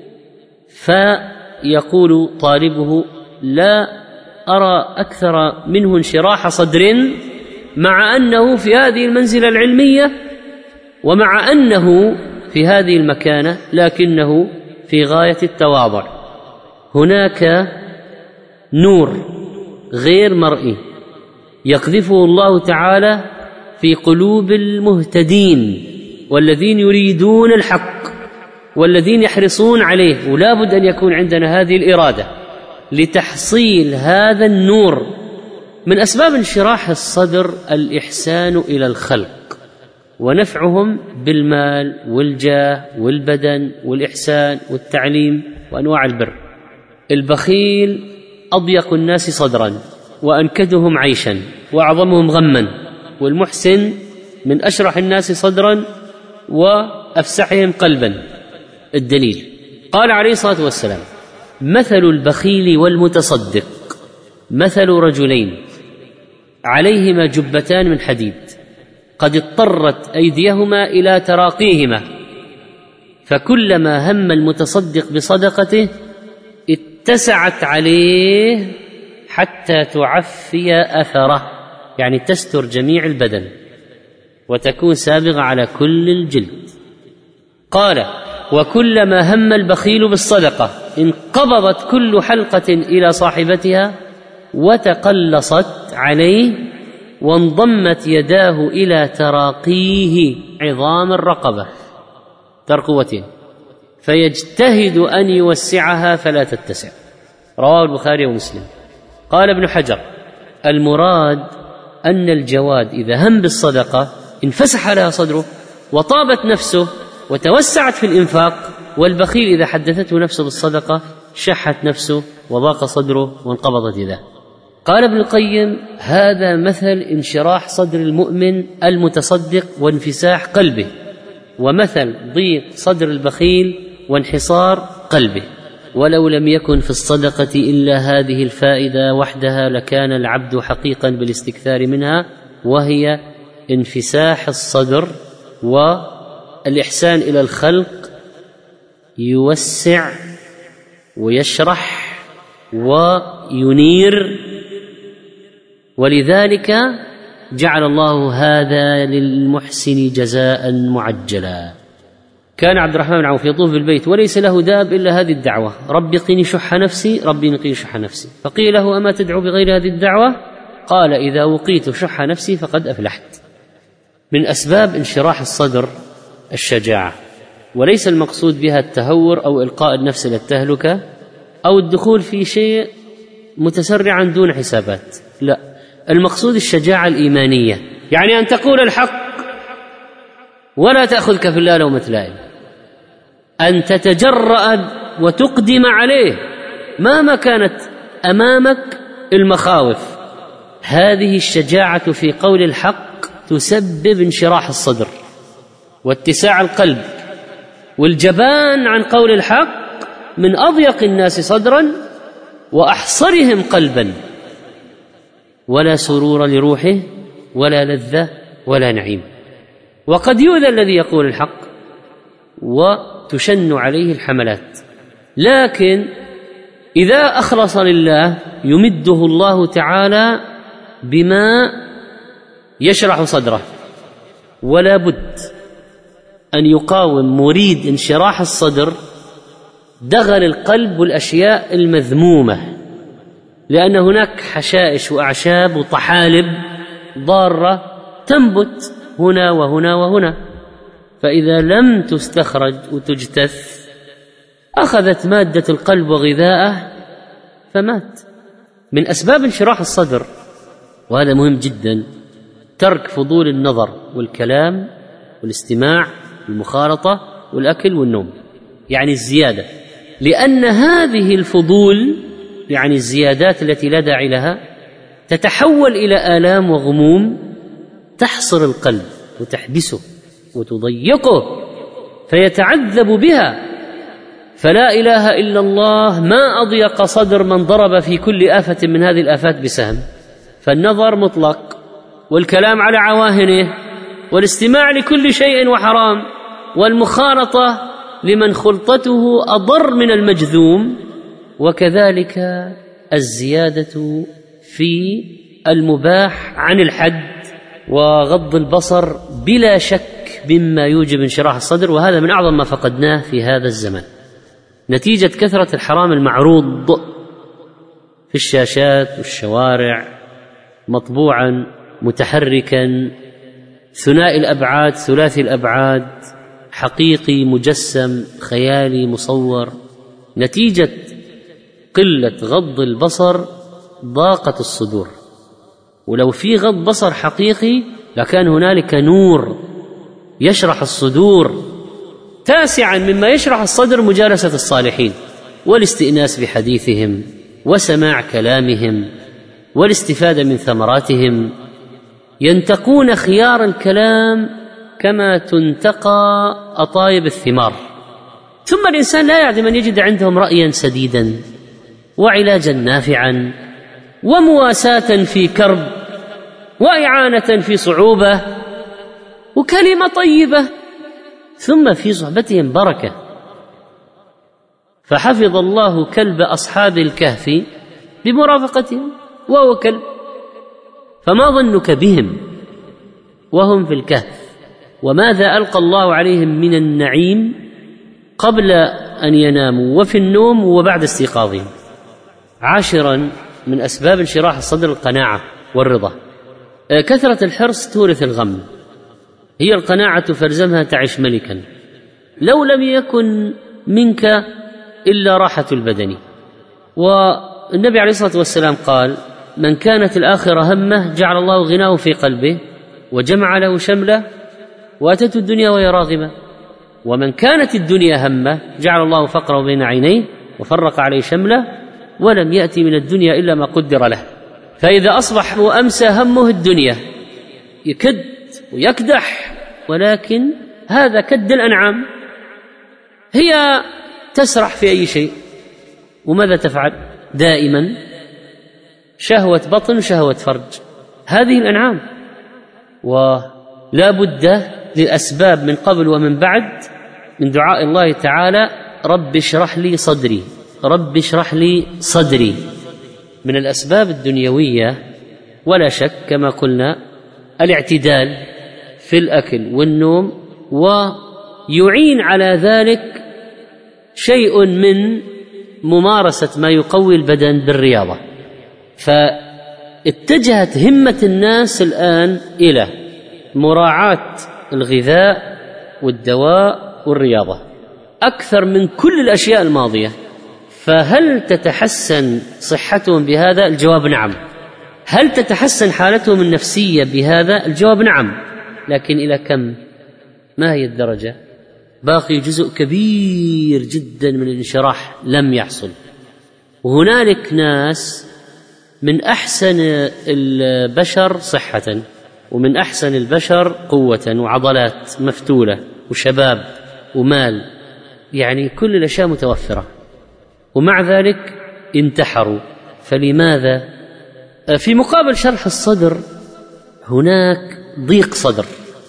فيقول طالبه: لا أرى أكثر منه انشراح صدر، مع أنه في هذه المنزلة العلمية ومع أنه في هذه المكانة، لكنه في غاية التواضع. هناك نور غير مرئي يقذفه الله تعالى في قلوب المهتدين والذين يريدون الحق والذين يحرصون عليه، ولا بد أن يكون عندنا هذه الإرادة لتحصيل هذا النور. من أسباب انشراح الصدر الإحسان إلى الخلق ونفعهم بالمال والجاه والبدن والإحسان والتعليم وأنواع البر. البخيل أضيق الناس صدرا وأنكدهم عيشا وأعظمهم غما، والمحسن من أشرح الناس صدرا وأفسحهم قلبا. الدليل: قال عليه الصلاة والسلام: مثل البخيل والمتصدق مثل رجلين عليهما جبتان من حديد قد اضطرت أيديهما إلى تراقيهما، فكلما هم المتصدق بصدقته اتسعت عليه حتى تعفي أثره، يعني تستر جميع البدن وتكون سابغة على كل الجلد. قال: وكلما هم البخيل بالصدقة انقبضت كل حلقة إلى صاحبتها وتقلصت عليه وانضمت يداه إلى تراقيه عظام الرقبة ترقوته، فيجتهد أن يوسعها فلا تتسع. رواه البخاري ومسلم. قال ابن حجر: المراد أن الجواد إذا هم بالصدقة انفسح لها صدره وطابت نفسه وتوسعت في الإنفاق، والبخيل إذا حدثته نفسه بالصدقة شحت نفسه وضاق صدره وانقبضت يده. قال ابن القيم: هذا مثل انشراح صدر المؤمن المتصدق وانفساح قلبه، ومثل ضيق صدر البخيل وانحصار قلبه. ولو لم يكن في الصدقة إلا هذه الفائدة وحدها لكان العبد حقيقا بالاستكثار منها، وهي انفساح الصدر والإحسان إلى الخلق، يوسع ويشرح وينير. ولذلك جعل الله هذا للمحسن جزاء معجلا. كان عبد الرحمن بن عوف يطوف بالبيت وليس له داب إلا هذه الدعوة: رب قني شح نفسي، ربي قني شح نفسي. فقيل له: أما تدعو بغير هذه الدعوة؟ قال إذا وقيت شح نفسي فقد أفلحت. من أسباب انشراح الصدر الشجاعة، وليس المقصود بها التهور أو إلقاء النفس إلى التهلكة أو الدخول في شيء متسرعا دون حسابات، لا، المقصود الشجاعة الإيمانية، يعني أن تقول الحق ولا تأخذك في الله لومة لائم، أن تتجرأ وتقدم عليه مهما كانت أمامك المخاوف. هذه الشجاعة في قول الحق تسبب انشراح الصدر واتساع القلب، والجبان عن قول الحق من أضيق الناس صدرا وأحصرهم قلبا، ولا سرور لروحه ولا لذة ولا نعيم. وقد يؤذى الذي يقول الحق وتشن عليه الحملات، لكن إذا أخلص لله يمده الله تعالى بما يشرح صدره. ولا بد أن يقاوم مريد انشراح الصدر دغل القلب والأشياء المذمومة، لأن هناك حشائش وأعشاب وطحالب ضارة تنبت هنا وهنا وهنا، فإذا لم تستخرج وتجتث أخذت مادة القلب وغذاءه فمات. من أسباب انشراح الصدر، وهذا مهم جدا، ترك فضول النظر والكلام والاستماع والمخالطة والأكل والنوم، يعني الزيادة، لأن هذه الفضول يعني الزيادات التي لا داعي لها تتحول إلى آلام وغموم تحصر القلب وتحبسه وتضيقه فيتعذب بها. فلا إله إلا الله ما أضيق صدر من ضرب في كل آفة من هذه الآفات بسهم. فالنظر مطلق، والكلام على عواهنه، والاستماع لكل شيء وحرام، والمخالطة لمن خلطته أضر من المجذوم، وكذلك الزيادة في المباح عن الحد، وغض البصر بلا شك مما يوجب انشراح الصدر. وهذا من أعظم ما فقدناه في هذا الزمن نتيجة كثرة الحرام المعروض في الشاشات والشوارع، مطبوعا متحركا ثنائي الأبعاد ثلاثي الأبعاد، حقيقي مجسم خيالي مصور. نتيجة قلة غض البصر ضاقت الصدور، ولو في غض بصر حقيقي لكان هنالك نور يشرح الصدور. تاسعا مما يشرح الصدر مجالسة الصالحين والاستئناس بحديثهم وسماع كلامهم والاستفادة من ثمراتهم. ينتقون خيار الكلام كما تنتقى أطايب الثمار. ثم الإنسان لا يعدم أن يجد عندهم رأيا سديدا وعلاجا نافعا ومواساة في كرب وإعانة في صعوبة وكلمة طيبة، ثم في صحبتهم بركة. فحفظ الله كلب أصحاب الكهف بمرافقتهم وهو كلب، فما ظنك بهم وهم في الكهف؟ وماذا ألقى الله عليهم من النعيم قبل أن يناموا وفي النوم وبعد استيقاظهم. عاشرا من أسباب انشراح الصدر القناعة والرضا. كثرة الحرص تورث الغم، هي القناعة فالزمها تعش ملكا، لو لم يكن منك إلا راحة البدن. والنبي عليه الصلاة والسلام قال: من كانت الآخرة همه جعل الله غناه في قلبه وجمع له شمله وأتته الدنيا وهي راغمة، ومن كانت الدنيا همه جعل الله فقره بين عينيه وفرق عليه شمله ولم يأتي من الدنيا إلا ما قدر له. فإذا أصبح وأمسى همه الدنيا يكد ويكدح، ولكن هذا كد الأنعام، هي تسرح في أي شيء، وماذا تفعل؟ دائما شهوة بطن وشهوة فرج، هذه الأنعام. ولا بد للأسباب من قبل ومن بعد من دعاء الله تعالى: رب اشرح لي صدري، رب اشرح لي صدري. من الأسباب الدنيوية ولا شك كما قلنا الاعتدال في الأكل والنوم، ويعين على ذلك شيء من ممارسة ما يقوي البدن بالرياضة. اتجهت همة الناس الآن إلى مراعاة الغذاء والدواء والرياضة أكثر من كل الأشياء الماضية. فهل تتحسن صحتهم بهذا؟ الجواب نعم. هل تتحسن حالتهم النفسية بهذا؟ الجواب نعم. لكن إلى كم؟ ما هي الدرجة؟ باقي جزء كبير جدا من الانشراح لم يحصل. وهنالك ناس من أحسن البشر صحة ومن أحسن البشر قوة وعضلات مفتولة وشباب ومال، يعني كل الأشياء متوفرة، ومع ذلك انتحروا. فلماذا؟ في مقابل شرح الصدر هناك ضيق صدر،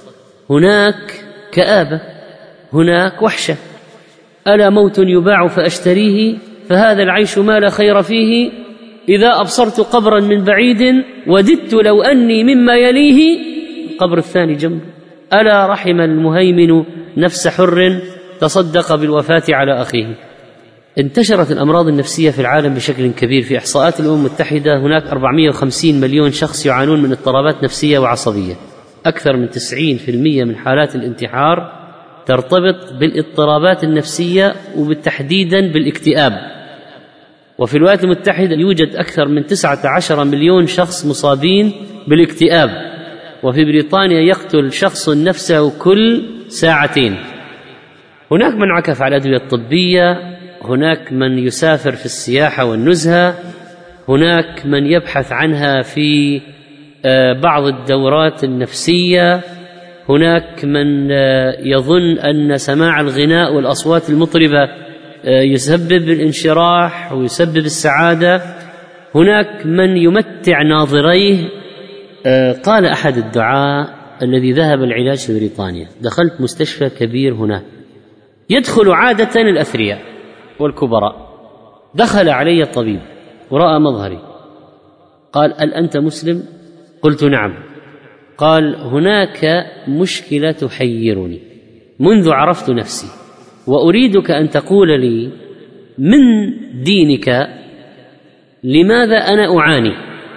هناك كآبة، هناك وحشة. ألا موت يباع فأشتريه فهذا العيش ما لا خير فيه، إذا أبصرت قبرا من بعيد وددت لو أني مما يليه، القبر الثاني جنب. ألا رحم المهيمن نفس حر تصدق بالوفاة على أخيه. انتشرت الأمراض النفسية في العالم بشكل كبير. في إحصاءات الأمم المتحدة هناك أربعمائة وخمسين مليون شخص يعانون من اضطرابات نفسية وعصبية. أكثر من تسعين بالمئة من حالات الانتحار ترتبط بالاضطرابات النفسية وبالتحديدا بالاكتئاب. وفي الولايات المتحدة يوجد أكثر من تسعة عشر مليون شخص مصابين بالاكتئاب. وفي بريطانيا يقتل شخص نفسه كل ساعتين. هناك من عكف على الأدوية الطبية، هناك من يسافر في السياحة والنزهة، هناك من يبحث عنها في بعض الدورات النفسية، هناك من يظن أن سماع الغناء والأصوات المطربة يسبب الانشراح ويسبب السعادة، هناك من يمتع ناظريه. قال أحد الدعاة الذي ذهب العلاج في بريطانيا: دخلت مستشفى كبير هناك يدخل عادة الأثرياء والكبراء. دخل علي الطبيب ورأى مظهري، قال: هل أنت مسلم؟ قلت: نعم. قال: هناك مشكلة تحيرني منذ عرفت نفسي، وأريدك أن تقول لي من دينك لماذا أنا أعاني؟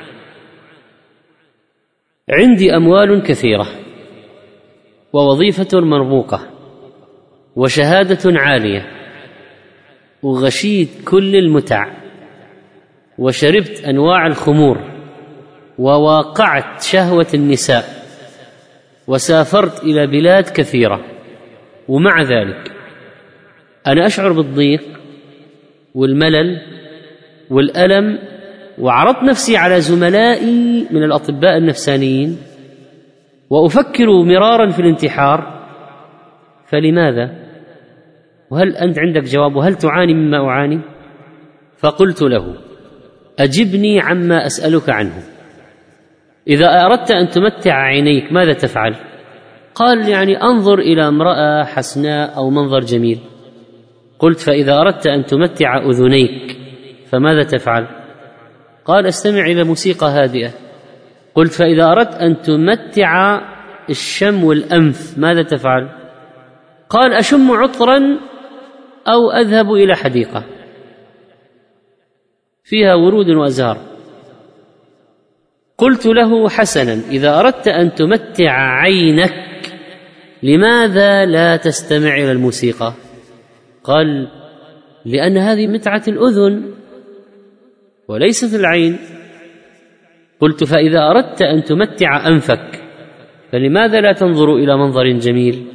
عندي أموال كثيرة ووظيفة مرموقة وشهادة عالية، وغشيت كل المتع، وشربت أنواع الخمور، وواقعت شهوة النساء، وسافرت إلى بلاد كثيرة، ومع ذلك أنا أشعر بالضيق والملل والألم، وعرضت نفسي على زملائي من الأطباء النفسانيين، وأفكر مرارا في الانتحار. فلماذا؟ وهل أنت عندك جواب؟ وهل تعاني مما أعاني؟ فقلت له: أجبني عما أسألك عنه. إذا أردت أن تمتع عينيك ماذا تفعل؟ قال: يعني أنظر إلى امرأة حسناء أو منظر جميل. قلت: فإذا أردت أن تمتع أذنيك فماذا تفعل؟ قال: أستمع إلى موسيقى هادئة. قلت: فإذا أردت أن تمتع الشم والأنف ماذا تفعل؟ قال: أشم عطرا أو أذهب إلى حديقة فيها ورود وأزهار. قلت له: حسنا، إذا أردت أن تمتع عينك لماذا لا تستمع إلى الموسيقى؟ قال: لأن هذه متعة الأذن وليست العين. قلت: فإذا أردت أن تمتع أنفك فلماذا لا تنظر إلى منظر جميل؟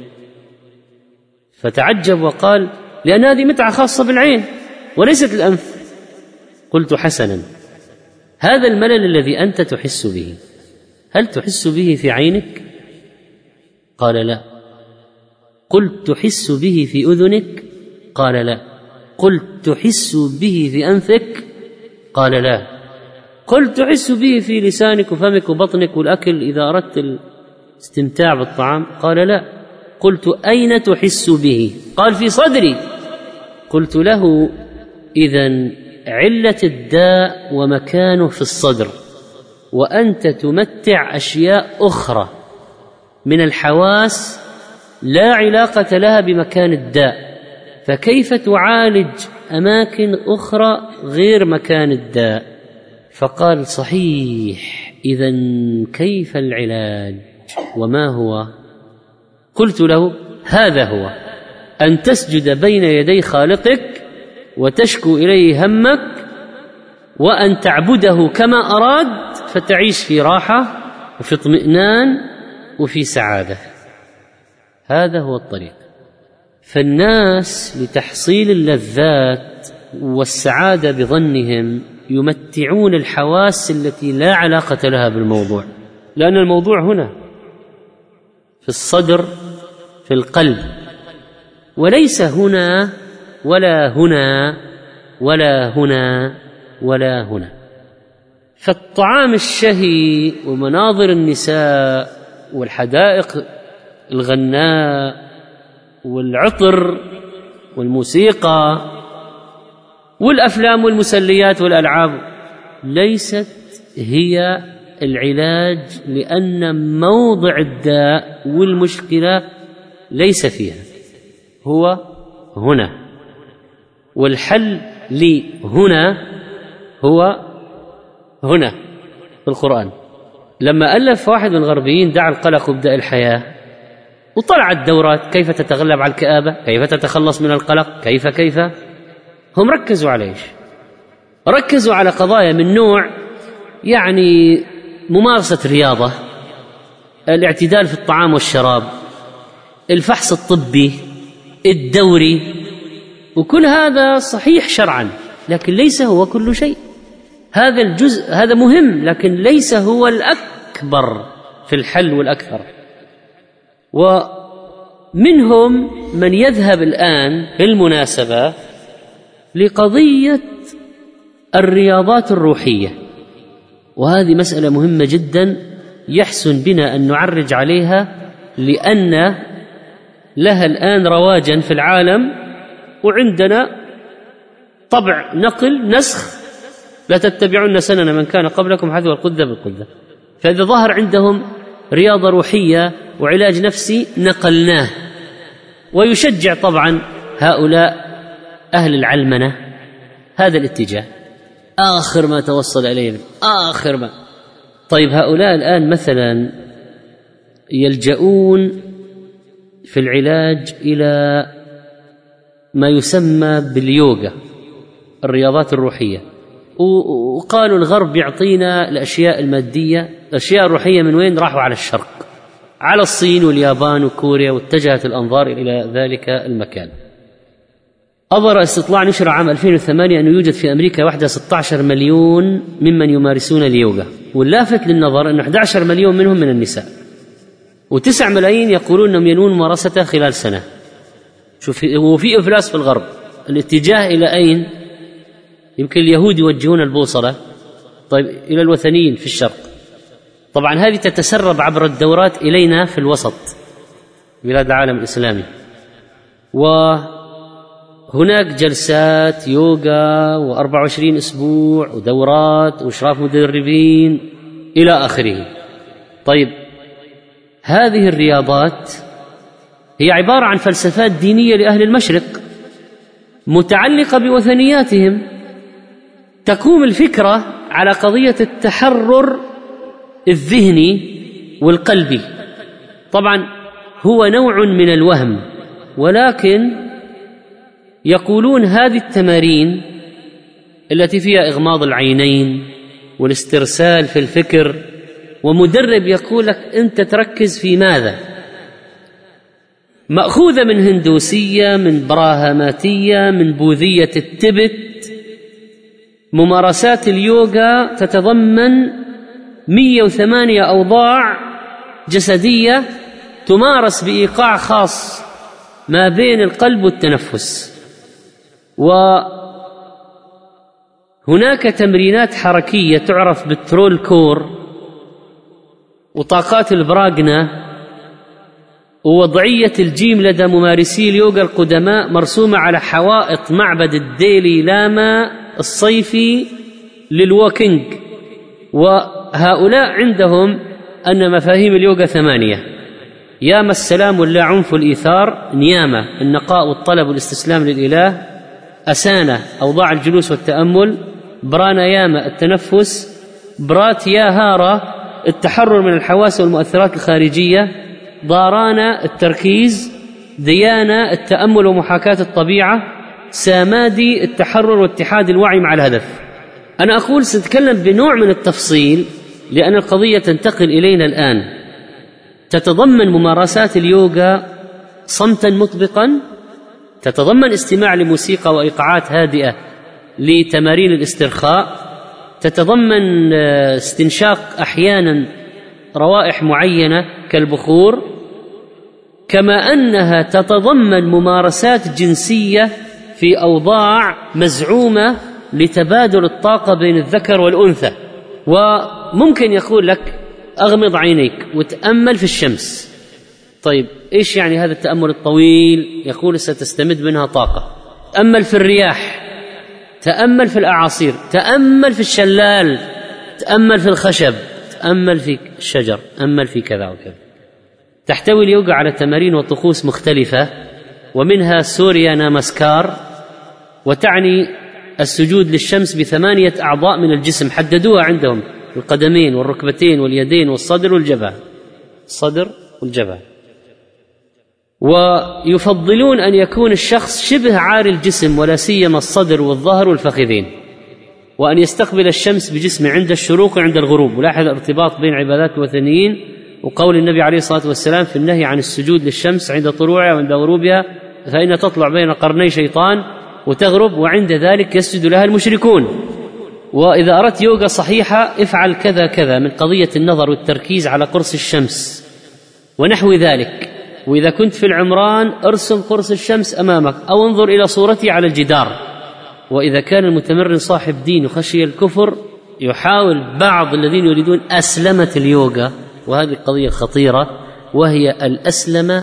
فتعجب وقال: لأن هذه متعة خاصة بالعين وليست الأنف. قلت: حسنا، هذا الملل الذي أنت تحس به هل تحس به في عينك؟ قال: لا. قلت: تحس به في أذنك؟ قال: لا. قلت: تحس به في أنفك؟ قال: لا. قلت: تحس به في لسانك وفمك وبطنك والأكل إذا أردت الاستمتاع بالطعام؟ قال: لا. قلت: أين تحس به؟ قال: في صدري. قلت له: إذن علة الداء ومكانه في الصدر، وأنت تمتع أشياء أخرى من الحواس لا علاقة لها بمكان الداء، فكيف تعالج أماكن أخرى غير مكان الداء؟ فقال: صحيح، إذن كيف العلاج وما هو؟ قلت له: هذا هو، أن تسجد بين يدي خالقك وتشكو إليه همك، وأن تعبده كما أراد، فتعيش في راحة وفي اطمئنان وفي سعادة. هذا هو الطريق. فالناس لتحصيل اللذات والسعادة بظنهم يمتعون الحواس التي لا علاقة لها بالموضوع، لأن الموضوع هنا في الصدر، في القلب، وليس هنا ولا هنا ولا هنا ولا هنا. فالطعام الشهي ومناظر النساء والحدائق الغناء والعطر والموسيقى والأفلام والمسليات والألعاب ليست هي العلاج، لأن موضع الداء والمشكلة ليس فيها، هو هنا. والحل لهنا هو هنا في القرآن. لما ألف واحد من الغربيين دع القلق وابدأ الحياة، وطلع الدورات كيف تتغلب على الكآبة، كيف تتخلص من القلق، كيف كيف هم ركزوا على ايش؟ ركزوا على قضايا من نوع يعني ممارسة رياضة، الاعتدال في الطعام والشراب، الفحص الطبي الدوري، وكل هذا صحيح شرعا، لكن ليس هو كل شيء. هذا الجزء هذا مهم، لكن ليس هو الأكبر في الحل والأكثر. ومنهم من يذهب الآن بالمناسبة لقضية الرياضات الروحية، وهذه مسألة مهمة جدا يحسن بنا أن نعرج عليها، لأن لها الآن رواجا في العالم، وعندنا طبع نقل نسخ: لا تتبعون سنن من كان قبلكم حذو القذة بالقذة. فإذا ظهر عندهم رياضة روحية وعلاج نفسي نقلناه. ويشجع طبعا هؤلاء أهل العلمنة هذا الاتجاه، آخر ما توصل إليه آخر ما. طيب هؤلاء الآن مثلا يلجؤون في العلاج إلى ما يسمى باليوغا، الرياضات الروحية، وقالوا الغرب يعطينا الأشياء المادية، الأشياء الروحية من وين؟ راحوا على الشرق، على الصين واليابان وكوريا، واتجهت الأنظار إلى ذلك المكان. أظهر استطلاع نشر عام ألفين وثمانية أنه يوجد في أمريكا وحدة ستة عشر مليون ممن يمارسون اليوغا، واللافت للنظر أن أحد عشر مليون منهم من النساء، وتسع ملايين يقولون أنهم ينوون ممارستها خلال سنة. شوف، وفي إفلاس في الغرب. الاتجاه إلى أين؟ يمكن اليهود يوجهون البوصلة طيب إلى الوثنيين في الشرق. طبعا هذه تتسرب عبر الدورات إلينا في الوسط، بلاد العالم الإسلامي، وهناك جلسات يوغا وأربعة وعشرين أسبوع ودورات وإشراف مدربين إلى آخره. طيب هذه الرياضات هي عبارة عن فلسفات دينية لأهل المشرق متعلقة بوثنياتهم، تقوم الفكرة على قضية التحرر الذهني والقلبي. طبعا هو نوع من الوهم، ولكن يقولون هذه التمارين التي فيها إغماض العينين والاسترسال في الفكر، ومدرب يقول لك أنت تركز في ماذا، مأخوذة من هندوسية، من براهماتية، من بوذية التبت. ممارسات اليوغا تتضمن مئة وثمانية أوضاع جسدية تمارس بإيقاع خاص ما بين القلب والتنفس، وهناك تمرينات حركية تعرف بالترول كور وطاقات البراغنا ووضعية الجيم لدى ممارسي اليوغا القدماء مرسومة على حوائط معبد الديلي لاما الصيفي للووكينج. وهؤلاء عندهم أن مفاهيم اليوغا ثمانية: ياما السلام واللا عنف والإيثار، نياما النقاء والطلب والاستسلام للإله، أسانة أوضاع الجلوس والتأمل، براناياما التنفس، براتياهارا التحرر من الحواس والمؤثرات الخارجية، ضارانا التركيز، ديانا التأمل ومحاكاة الطبيعة، سامادي التحرر واتحاد الوعي مع الهدف. أنا أقول سنتكلم بنوع من التفصيل لأن القضية تنتقل إلينا الآن. تتضمن ممارسات اليوغا صمتا مطبقا، تتضمن استماع لموسيقى وإيقاعات هادئة لتمارين الاسترخاء، تتضمن استنشاق أحيانا روائح معينة كالبخور، كما أنها تتضمن ممارسات جنسية في أوضاع مزعومة لتبادل الطاقة بين الذكر والأنثى. وممكن يقول لك أغمض عينيك وتأمل في الشمس. طيب إيش يعني هذا التأمل الطويل؟ يقول ستستمد منها طاقة. تأمل في الرياح، تأمل في الأعاصير، تأمل في الشلال، تأمل في الخشب، تأمل في الشجر، تأمل في كذا وكذا. تحتوي اليوغا على تمارين وطقوس مختلفة، ومنها سوريا ناماسكار، وتعني السجود للشمس بثمانية أعضاء من الجسم حددوها عندهم: القدمين والركبتين واليدين والصدر والجبهة، الصدر والجبهة. ويفضلون أن يكون الشخص شبه عاري الجسم، ولا سيما الصدر والظهر والفخذين، وأن يستقبل الشمس بجسمه عند الشروق وعند الغروب. ولاحظ الارتباط بين عبادات الوثنيين وقول النبي عليه الصلاة والسلام في النهي عن السجود للشمس عند طلوعها وعند غروبها، فإن تطلع بين قرني شيطان وتغرب، وعند ذلك يسجد لها المشركون. وإذا أردت يوغا صحيحة افعل كذا كذا، من قضية النظر والتركيز على قرص الشمس ونحو ذلك. وإذا كنت في العمران ارسم قرص الشمس أمامك أو انظر إلى صورتي على الجدار. وإذا كان المتمرن صاحب دين وخشي الكفر، يحاول بعض الذين يريدون أسلمة اليوغا، وهذه قضية خطيرة، وهي الأسلمة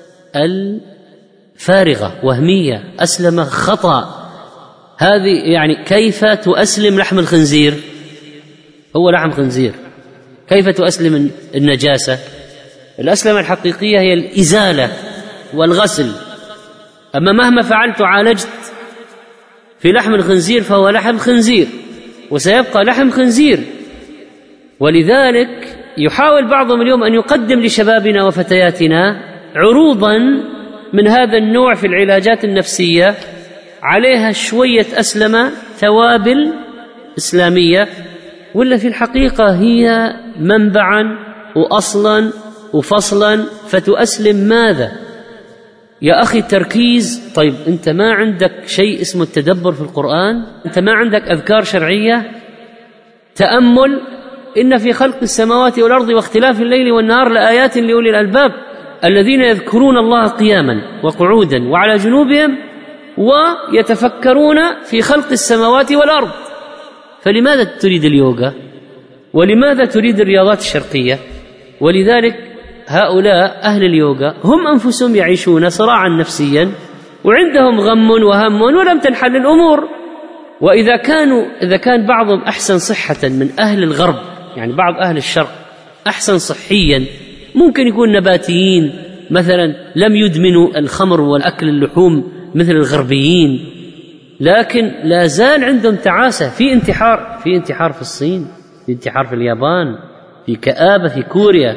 الفارغة وهمية، أسلمة خطأ. هذه يعني كيف تؤسلم لحم الخنزير؟ هو لحم خنزير. كيف تؤسلم النجاسة؟ الأسلمة الحقيقية هي الإزالة والغسل. أما مهما فعلت عالجت في لحم الخنزير فهو لحم خنزير وسيبقى لحم خنزير. ولذلك يحاول بعضهم اليوم أن يقدم لشبابنا وفتياتنا عروضا من هذا النوع في العلاجات النفسية، عليها شوية أسلمة، ثوابل إسلامية، ولا في الحقيقة هي منبعا وأصلا وفصلا فتؤسلم ماذا؟ يا أخي تركيز. طيب أنت ما عندك شيء اسمه التدبر في القرآن؟ أنت ما عندك أذكار شرعية؟ تأمل. إن في خلق السماوات والأرض واختلاف الليل والنهار لآيات لأولي الألباب الذين يذكرون الله قياما وقعودا وعلى جنوبهم ويتفكرون في خلق السماوات والأرض. فلماذا تريد اليوغا؟ ولماذا تريد الرياضات الشرقية؟ ولذلك هؤلاء أهل اليوغا هم أنفسهم يعيشون صراعا نفسيا، وعندهم غم وهم ولم تنحل الأمور. وإذا كانوا إذا كان بعضهم أحسن صحة من أهل الغرب، يعني بعض أهل الشرق أحسن صحيا، ممكن يكون نباتيين مثلا، لم يدمنوا الخمر والأكل اللحوم مثل الغربيين، لكن لا زال عندهم تعاسة، في انتحار في انتحار في الصين، في انتحار في اليابان، في كآبة في كوريا.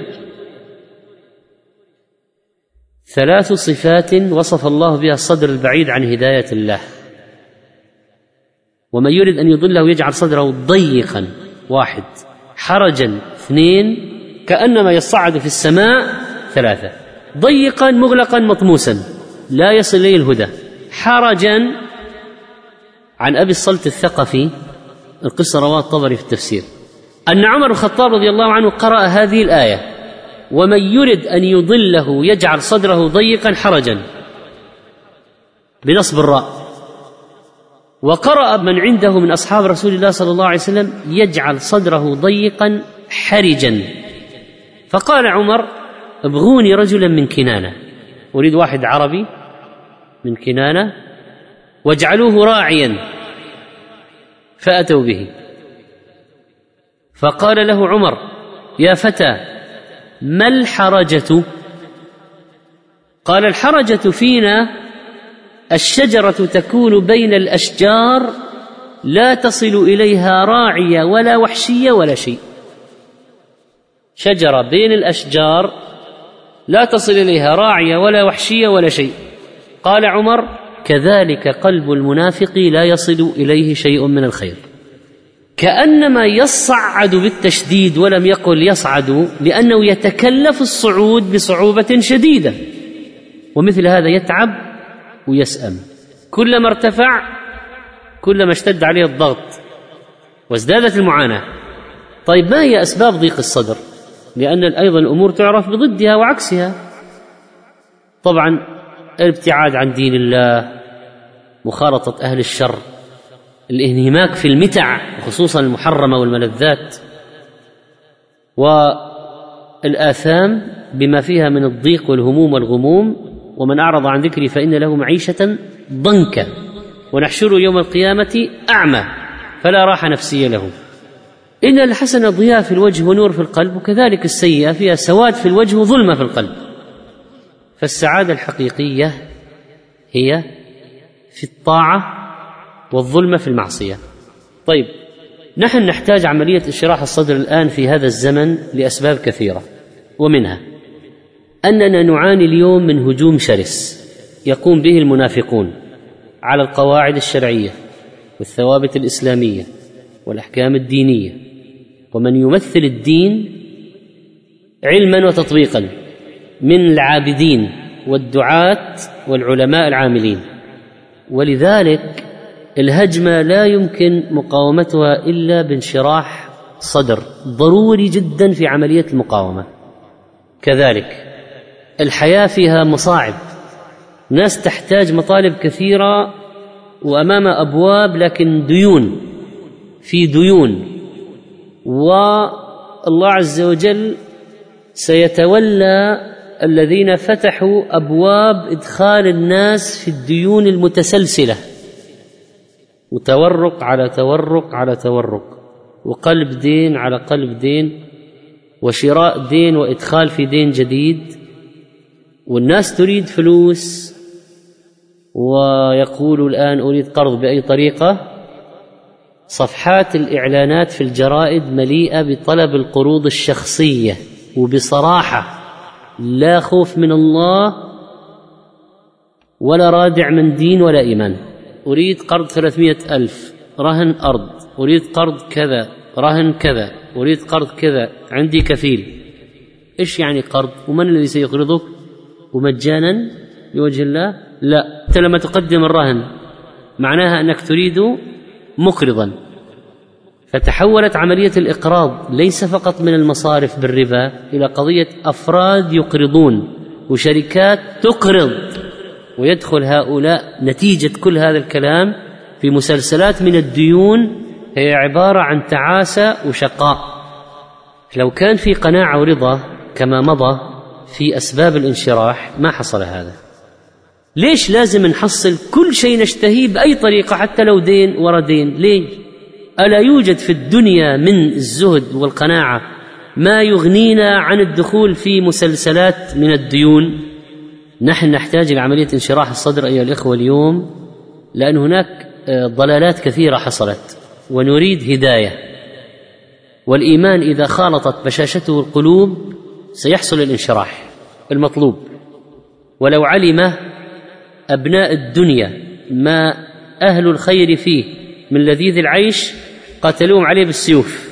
ثلاث صفات وصف الله بها الصدر البعيد عن هداية الله. ومن يريد أن يضله يجعل صدره ضيقا، واحد، حرجا، اثنين، كأنما يصعد في السماء، ثلاثة، ضيقا مغلقا مطموسا لا يصل إليه الهدى. حرجا عن أبي الصلت الثقفي، القصة رواه الطبري في التفسير، أن عمر الخطاب رضي الله عنه قرأ هذه الآية: ومن يرد أن يضله يجعل صدره ضيقا حرجا، بنصب الراء. وقرأ من عنده من أصحاب رسول الله صلى الله عليه وسلم: يجعل صدره ضيقا حرجا. فقال عمر: ابغوني رجلا من كنانة، أريد واحد عربي من كنانة، واجعلوه راعيا. فأتوا به، فقال له عمر: يا فتى، ما الحرجة؟ قال: الحرجة فينا الشجرة تكون بين الأشجار لا تصل إليها راعية ولا وحشية ولا شيء. شجرة بين الأشجار لا تصل إليها راعية ولا وحشية ولا شيء. قال عمر: كذلك قلب المنافق لا يصل إليه شيء من الخير. كأنما يصعد بالتشديد ولم يقل يصعد، لأنه يتكلف الصعود بصعوبة شديدة، ومثل هذا يتعب ويسأم. كلما ارتفع كلما اشتد عليه الضغط وازدادت المعاناة. طيب ما هي أسباب ضيق الصدر؟ لأن أيضا الأمور تعرف بضدها وعكسها. طبعا الابتعاد عن دين الله، مخالطة أهل الشر، الانهماك في المتع خصوصا المحرمة والملذات، والآثام بما فيها من الضيق والهموم والغموم. ومن أعرض عن ذكري فإن له معيشة ضنكا ونحشره يوم القيامة أعمى فلا راحة نفسية له. إن الحسنة ضياء في الوجه ونور في القلب، وكذلك السيئة فيها سواد في الوجه وظلمة في القلب. فالسعادة الحقيقية هي في الطاعة والظلمة في المعصية. طيب نحن نحتاج عملية انشراح الصدر الآن في هذا الزمن لأسباب كثيرة، ومنها أننا نعاني اليوم من هجوم شرس يقوم به المنافقون على القواعد الشرعية والثوابت الإسلامية والأحكام الدينية، ومن يمثل الدين علما وتطبيقا من العابدين والدعاة والعلماء العاملين. ولذلك الهجمة لا يمكن مقاومتها إلا بانشراح صدر، ضروري جدا في عملية المقاومة. كذلك الحياة فيها مصاعب، ناس تحتاج مطالب كثيرة وأمام أبواب لكن ديون في ديون، والله عز وجل سيتولى الذين فتحوا أبواب إدخال الناس في الديون المتسلسلة، وتورق على تورق على تورق، وقلب دين على قلب دين، وشراء دين وإدخال في دين جديد. والناس تريد فلوس، ويقول الآن أريد قرض بأي طريقة. صفحات الإعلانات في الجرائد مليئة بطلب القروض الشخصية، وبصراحة لا خوف من الله ولا رادع من دين ولا إيمان. أريد قرض ثلاثمائة ألف رهن أرض، أريد قرض كذا رهن كذا، أريد قرض كذا عندي كفيل. إيش يعني قرض؟ ومن الذي سيقرضك؟ ومجانا لوجه الله؟ لا، أنت لما تقدم الرهن معناها أنك تريد مقرضا. فتحولت عملية الإقراض ليس فقط من المصارف بالربا إلى قضية أفراد يقرضون وشركات تقرض، ويدخل هؤلاء نتيجة كل هذا الكلام في مسلسلات من الديون هي عبارة عن تعاسة وشقاء. لو كان في قناعة ورضا كما مضى في أسباب الانشراح ما حصل هذا. ليش لازم نحصل كل شيء نشتهيه بأي طريقة حتى لو دين ورا دين؟ ليه؟ ألا يوجد في الدنيا من الزهد والقناعة ما يغنينا عن الدخول في مسلسلات من الديون؟ نحن نحتاج إلى عملية انشراح الصدر أيها الإخوة اليوم، لأن هناك ضلالات كثيرة حصلت ونريد هداية. والإيمان إذا خالطت بشاشته القلوب سيحصل الانشراح المطلوب. ولو علم أبناء الدنيا ما أهل الخير فيه من لذيذ العيش قتلوهم عليه بالسيوف.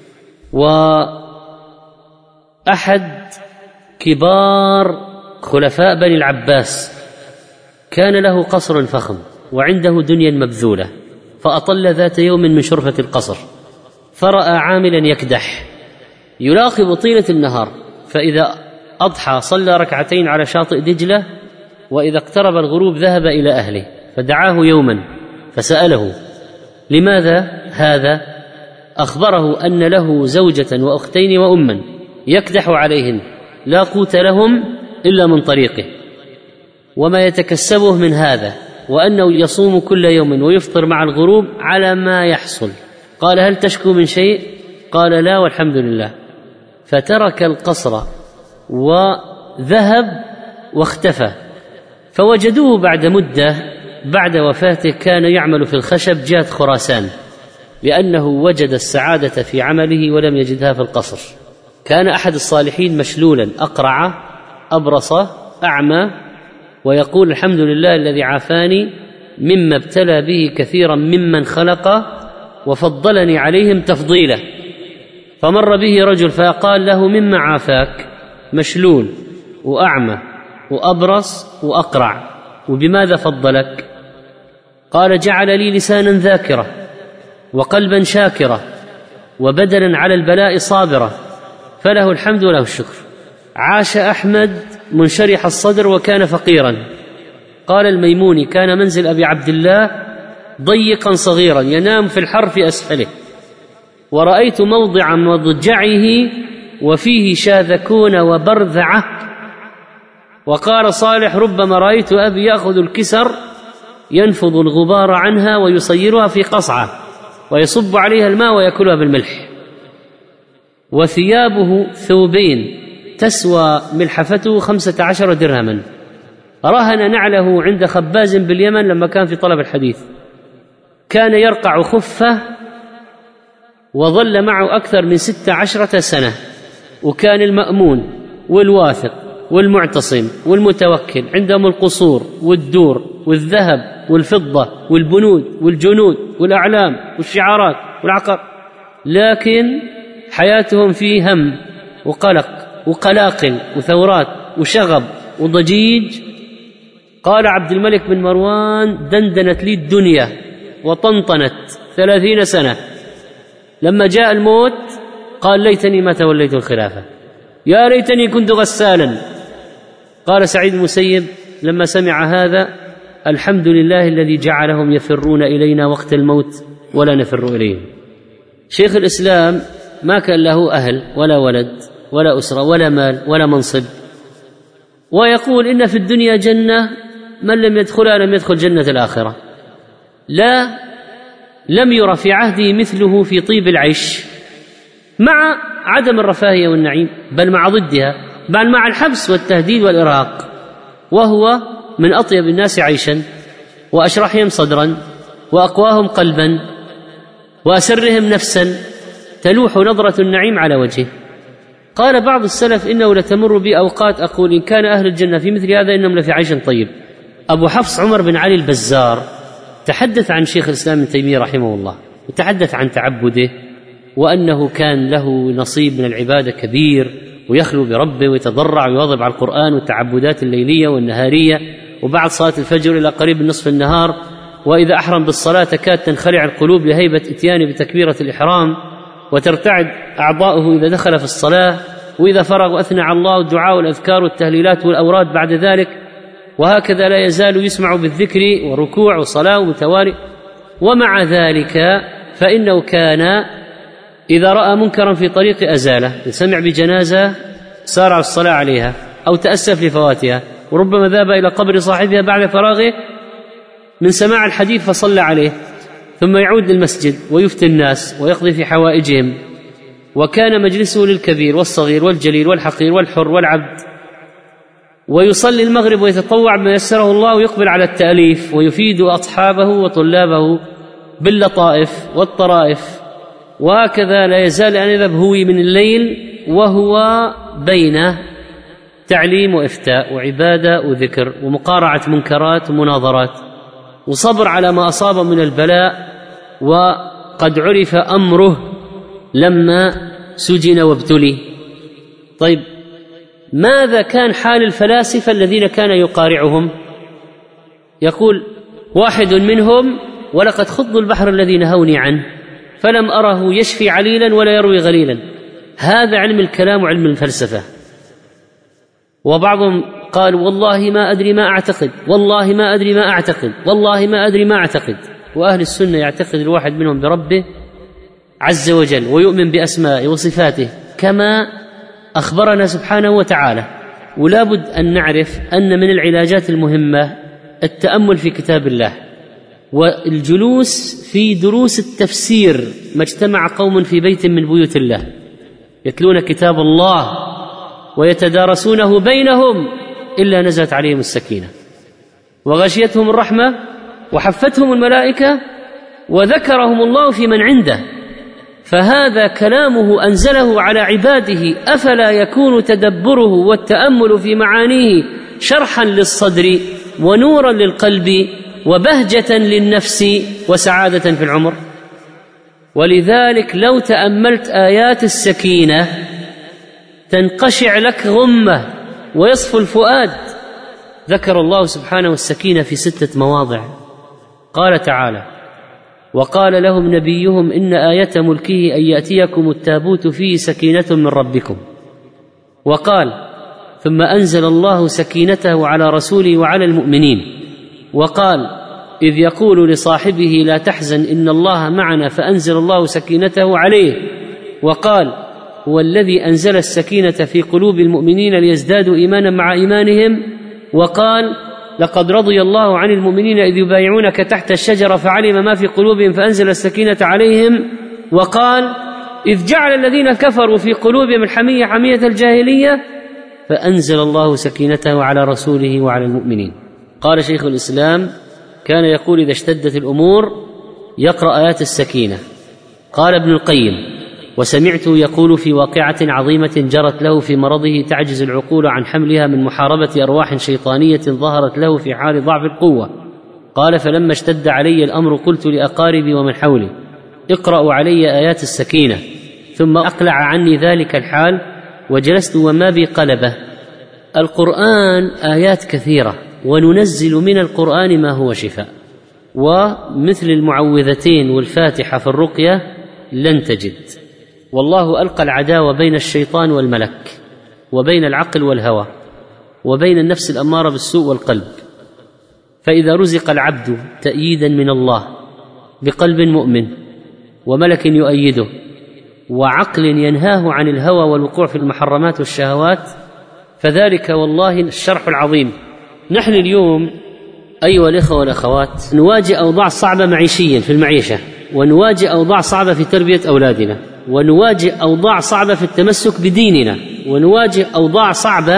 وأحد كبار خلفاء بني العباس كان له قصر فخم وعنده دنيا مبذولة، فأطل ذات يوم من شرفة القصر، فرأى عاملا يكدح يلاقب طيلة النهار، فإذا أضحى صلى ركعتين على شاطئ دجلة، وإذا اقترب الغروب ذهب إلى أهله. فدعاه يوما فسأله لماذا هذا؟ أخبره أن له زوجة وأختين وأما يكدح عليهن لا قوت لهم إلا من طريقه، وما يتكسبه من هذا، وأنه يصوم كل يوم ويفطر مع الغروب على ما يحصل. قال هل تشكو من شيء؟ قال لا والحمد لله. فترك القصر وذهب واختفى. فوجدوه بعد مدة بعد وفاته كان يعمل في الخشب جهة خراسان، بأنه وجد السعادة في عمله ولم يجدها في القصر. كان أحد الصالحين مشلولا أقرع أبرص أعمى، ويقول: الحمد لله الذي عافاني مما ابتلى به كثيرا ممن خلق وفضلني عليهم تفضيلا. فمر به رجل فقال له: مما عافاك؟ مشلول وأعمى وأبرص وأقرع، وبماذا فضلك؟ قال: جعل لي لسانا ذاكرة وقلبا شاكرة وبدنا على البلاء صابرة، فله الحمد وله الشكر. عاش أحمد منشرح الصدر وكان فقيرا. قال الميموني: كان منزل أبي عبد الله ضيقا صغيرا ينام في الحر في أسفله، ورأيت موضع مضجعه وفيه شاذكون وبرذعة. وقال صالح: ربما رأيت أبي يأخذ الكسر ينفض الغبار عنها ويصيرها في قصعة ويصب عليها الماء ويأكلها بالملح، وثيابه ثوبين تسوى ملحفته خمسة عشر درهما. رهن نعله عند خباز باليمن لما كان في طلب الحديث، كان يرقع خفه وظل معه أكثر من ستة عشرة سنة، وكان المأمون والواثق والمعتصم والمتوكل عندهم القصور والدور والذهب والفضة والبنود والجنود والأعلام والشعارات والعقار، لكن حياتهم فيه هم وقلق وقلاقل وثورات وشغب وضجيج. قال عبد الملك بن مروان: دندنت لي الدنيا وطنطنت ثلاثين سنة، لما جاء الموت قال: ليتني ما توليت الخلافة، يا ليتني كنت غسالا. قال سعيد المسيب لما سمع هذا: الحمد لله الذي جعلهم يفرون إلينا وقت الموت ولا نفر إليهم. شيخ الإسلام ما كان له أهل ولا ولد ولا أسرة ولا مال ولا منصب، ويقول: إن في الدنيا جنة من لم يدخلها لم يدخل جنة الآخرة. لا، لم ير في عهده مثله في طيب العيش مع عدم الرفاهية والنعيم، بل مع ضدها، بل مع الحبس والتهديد والإرهاق، وهو من أطيب الناس عيشا وأشرحهم صدرا وأقواهم قلبا وأسرهم نفسا، تلوح نظرة النعيم على وجهه. قال بعض السلف: إنه لتمر بي أوقات أقول إن كان أهل الجنة في مثل هذا إنهم لفي عيش طيب. أبو حفص عمر بن علي البزار تحدث عن شيخ الإسلام ابن تيمية رحمه الله، وتحدث عن تعبده، وأنه كان له نصيب من العبادة كبير، ويخلو بربه ويتضرع ويواظب على القرآن والتعبدات الليلية والنهارية، وبعد صلاة الفجر إلى قريب نصف النهار، وإذا أحرم بالصلاة تكاد تنخلع القلوب لهيبة إتيان بتكبيرة الإحرام، وترتعد أعضاؤه إذا دخل في الصلاة، وإذا فرغ أثنى على الله الدعاء والأذكار والتهليلات والأوراد بعد ذلك، وهكذا لا يزال يسمع بالذكر وركوع وصلاة ومتوالي. ومع ذلك فإنه كان إذا رأى منكرا في طريق أزاله، سمع بجنازة سارع الصلاة عليها أو تأسف لفواتها، وربما ذهب إلى قبر صاحبها بعد فراغه من سماع الحديث فصلى عليه، ثم يعود للمسجد ويفتي الناس ويقضي في حوائجهم. وكان مجلسه للكبير والصغير والجليل والحقير والحر والعبد، ويصلي المغرب ويتطوع بما يسره الله، ويقبل على التأليف ويفيد أصحابه وطلابه باللطائف والطرائف. وهكذا لا يزال أن يذهب هوي من الليل وهو بين تعليم وإفتاء وعبادة وذكر ومقارعة منكرات ومناظرات وصبر على ما أصاب من البلاء. وقد عرف أمره لما سجن وابتلي. طيب، ماذا كان حال الفلاسفة الذين كان يقارعهم؟ يقول واحد منهم: ولقد خضوا البحر الذي نهوني عنه فلم أره يشفي عليلا ولا يروي غليلا. هذا علم الكلام وعلم الفلسفة. وبعضهم قالوا: والله ما أدري ما أعتقد، والله ما أدري ما أعتقد، والله ما أدري ما أعتقد. وأهل السنة يعتقد الواحد منهم بربه عز وجل ويؤمن بأسمائه وصفاته كما أخبرنا سبحانه وتعالى. ولا بد أن نعرف أن من العلاجات المهمة التأمل في كتاب الله والجلوس في دروس التفسير. ما اجتمع قوم في بيت من بيوت الله يتلون كتاب الله ويتدارسونه بينهم إلا نزلت عليهم السكينة وغشيتهم الرحمة وحفتهم الملائكة وذكرهم الله في من عنده، فهذا كلامه أنزله على عباده، أفلا يكون تدبره والتأمل في معانيه شرحا للصدر ونورا للقلب وبهجة للنفس وسعادة في العمر؟ ولذلك لو تأملت آيات السكينة تنقشع لك غمة ويصفو الفؤاد. ذكر الله سبحانه السكينة في ستة مواضع. قال تعالى: وقال لهم نبيهم إن آية ملكه أن يأتيكم التابوت فيه سكينة من ربكم. وقال: ثم أنزل الله سكينته على رسوله وعلى المؤمنين. وقال: إذ يقول لصاحبه لا تحزن إن الله معنا فأنزل الله سكينته عليه. وقال: هو الذي أنزل السكينة في قلوب المؤمنين ليزدادوا إيمانا مع إيمانهم. وقال: لقد رضي الله عن المؤمنين إذ يبايعونك تحت الشجرة فعلم ما في قلوبهم فأنزل السكينة عليهم. وقال: إذ جعل الذين كفروا في قلوبهم الحمية حمية الجاهلية فأنزل الله سكينته على رسوله وعلى المؤمنين. قال شيخ الإسلام: كان يقول إذا اشتدت الأمور يقرأ آيات السكينة. قال ابن القيم: وسمعته يقول في واقعة عظيمة جرت له في مرضه تعجز العقول عن حملها من محاربة أرواح شيطانية ظهرت له في حال ضعف القوة. قال: فلما اشتد علي الأمر قلت لأقاربي ومن حولي: اقرأوا علي آيات السكينة. ثم أقلع عني ذلك الحال وجلست وما بي قلبه. القرآن آيات كثيرة، وننزل من القرآن ما هو شفاء، ومثل المعوذتين والفاتحة في الرقية لن تجد. والله ألقى العداوة بين الشيطان والملك، وبين العقل والهوى، وبين النفس الأمارة بالسوء والقلب. فإذا رزق العبد تأييدا من الله بقلب مؤمن وملك يؤيده وعقل ينهاه عن الهوى والوقوع في المحرمات والشهوات، فذلك والله الشرح العظيم. نحن اليوم أيها الإخوة والأخوات نواجه أوضاع صعبة معيشيا في المعيشة، ونواجه أوضاع صعبة في تربية أولادنا، ونواجه أوضاع صعبة في التمسك بديننا، ونواجه أوضاع صعبة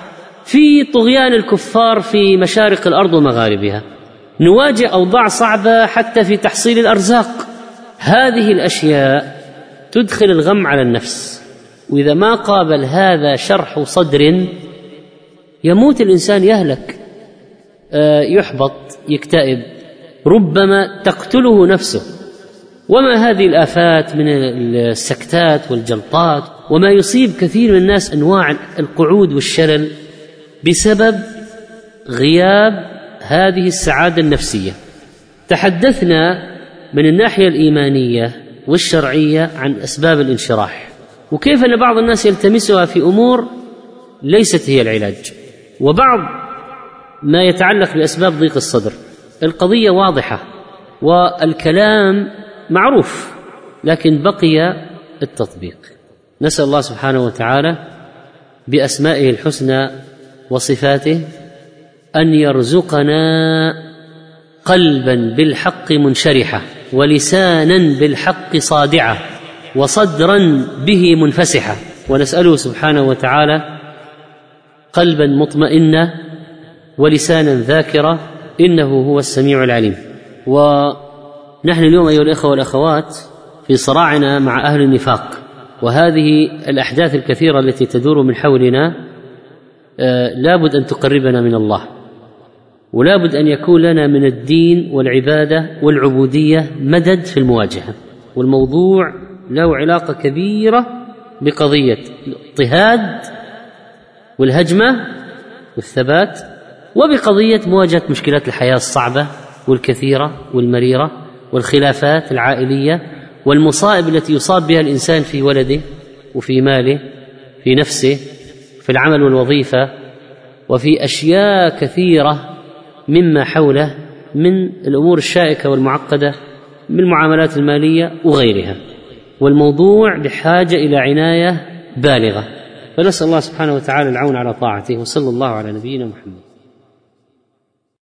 في طغيان الكفار في مشارق الأرض ومغاربها، نواجه أوضاع صعبة حتى في تحصيل الأرزاق. هذه الأشياء تدخل الغم على النفس، وإذا ما قابل هذا شرح صدر يموت الإنسان، يهلك، يحبط، يكتئب، ربما تقتله نفسه. وما هذه الآفات من السكتات والجلطات، وما يصيب كثير من الناس أنواع القعود والشلل بسبب غياب هذه السعادة النفسية. تحدثنا من الناحية الإيمانية والشرعية عن أسباب الانشراح، وكيف أن بعض الناس يلتمسها في أمور ليست هي العلاج، وبعض ما يتعلق بأسباب ضيق الصدر. القضية واضحة والكلام معروف، لكن بقي التطبيق. نسأل الله سبحانه وتعالى بأسمائه الحسنى وصفاته أن يرزقنا قلبا بالحق منشرحا، ولسانا بالحق صادعا، وصدرا به منفسحا، ونسأله سبحانه وتعالى قلبا مطمئنا ولسانا ذاكرا، إنه هو السميع العليم. ونحن اليوم أيها الإخوة والأخوات في صراعنا مع أهل النفاق، وهذه الأحداث الكثيرة التي تدور من حولنا لابد أن تقربنا من الله، ولابد أن يكون لنا من الدين والعبادة والعبودية مدد في المواجهة. والموضوع له علاقة كبيرة بقضية الاضطهاد والهجمة والثبات، وبقضية مواجهة مشكلات الحياة الصعبة والكثيرة والمريرة، والخلافات العائلية، والمصائب التي يصاب بها الإنسان في ولده وفي ماله، في نفسه، في العمل والوظيفة، وفي أشياء كثيرة مما حوله من الأمور الشائكة والمعقدة من المعاملات المالية وغيرها. والموضوع بحاجة إلى عناية بالغة، فنسأل الله سبحانه وتعالى العون على طاعته، وصلى الله على نبينا محمد.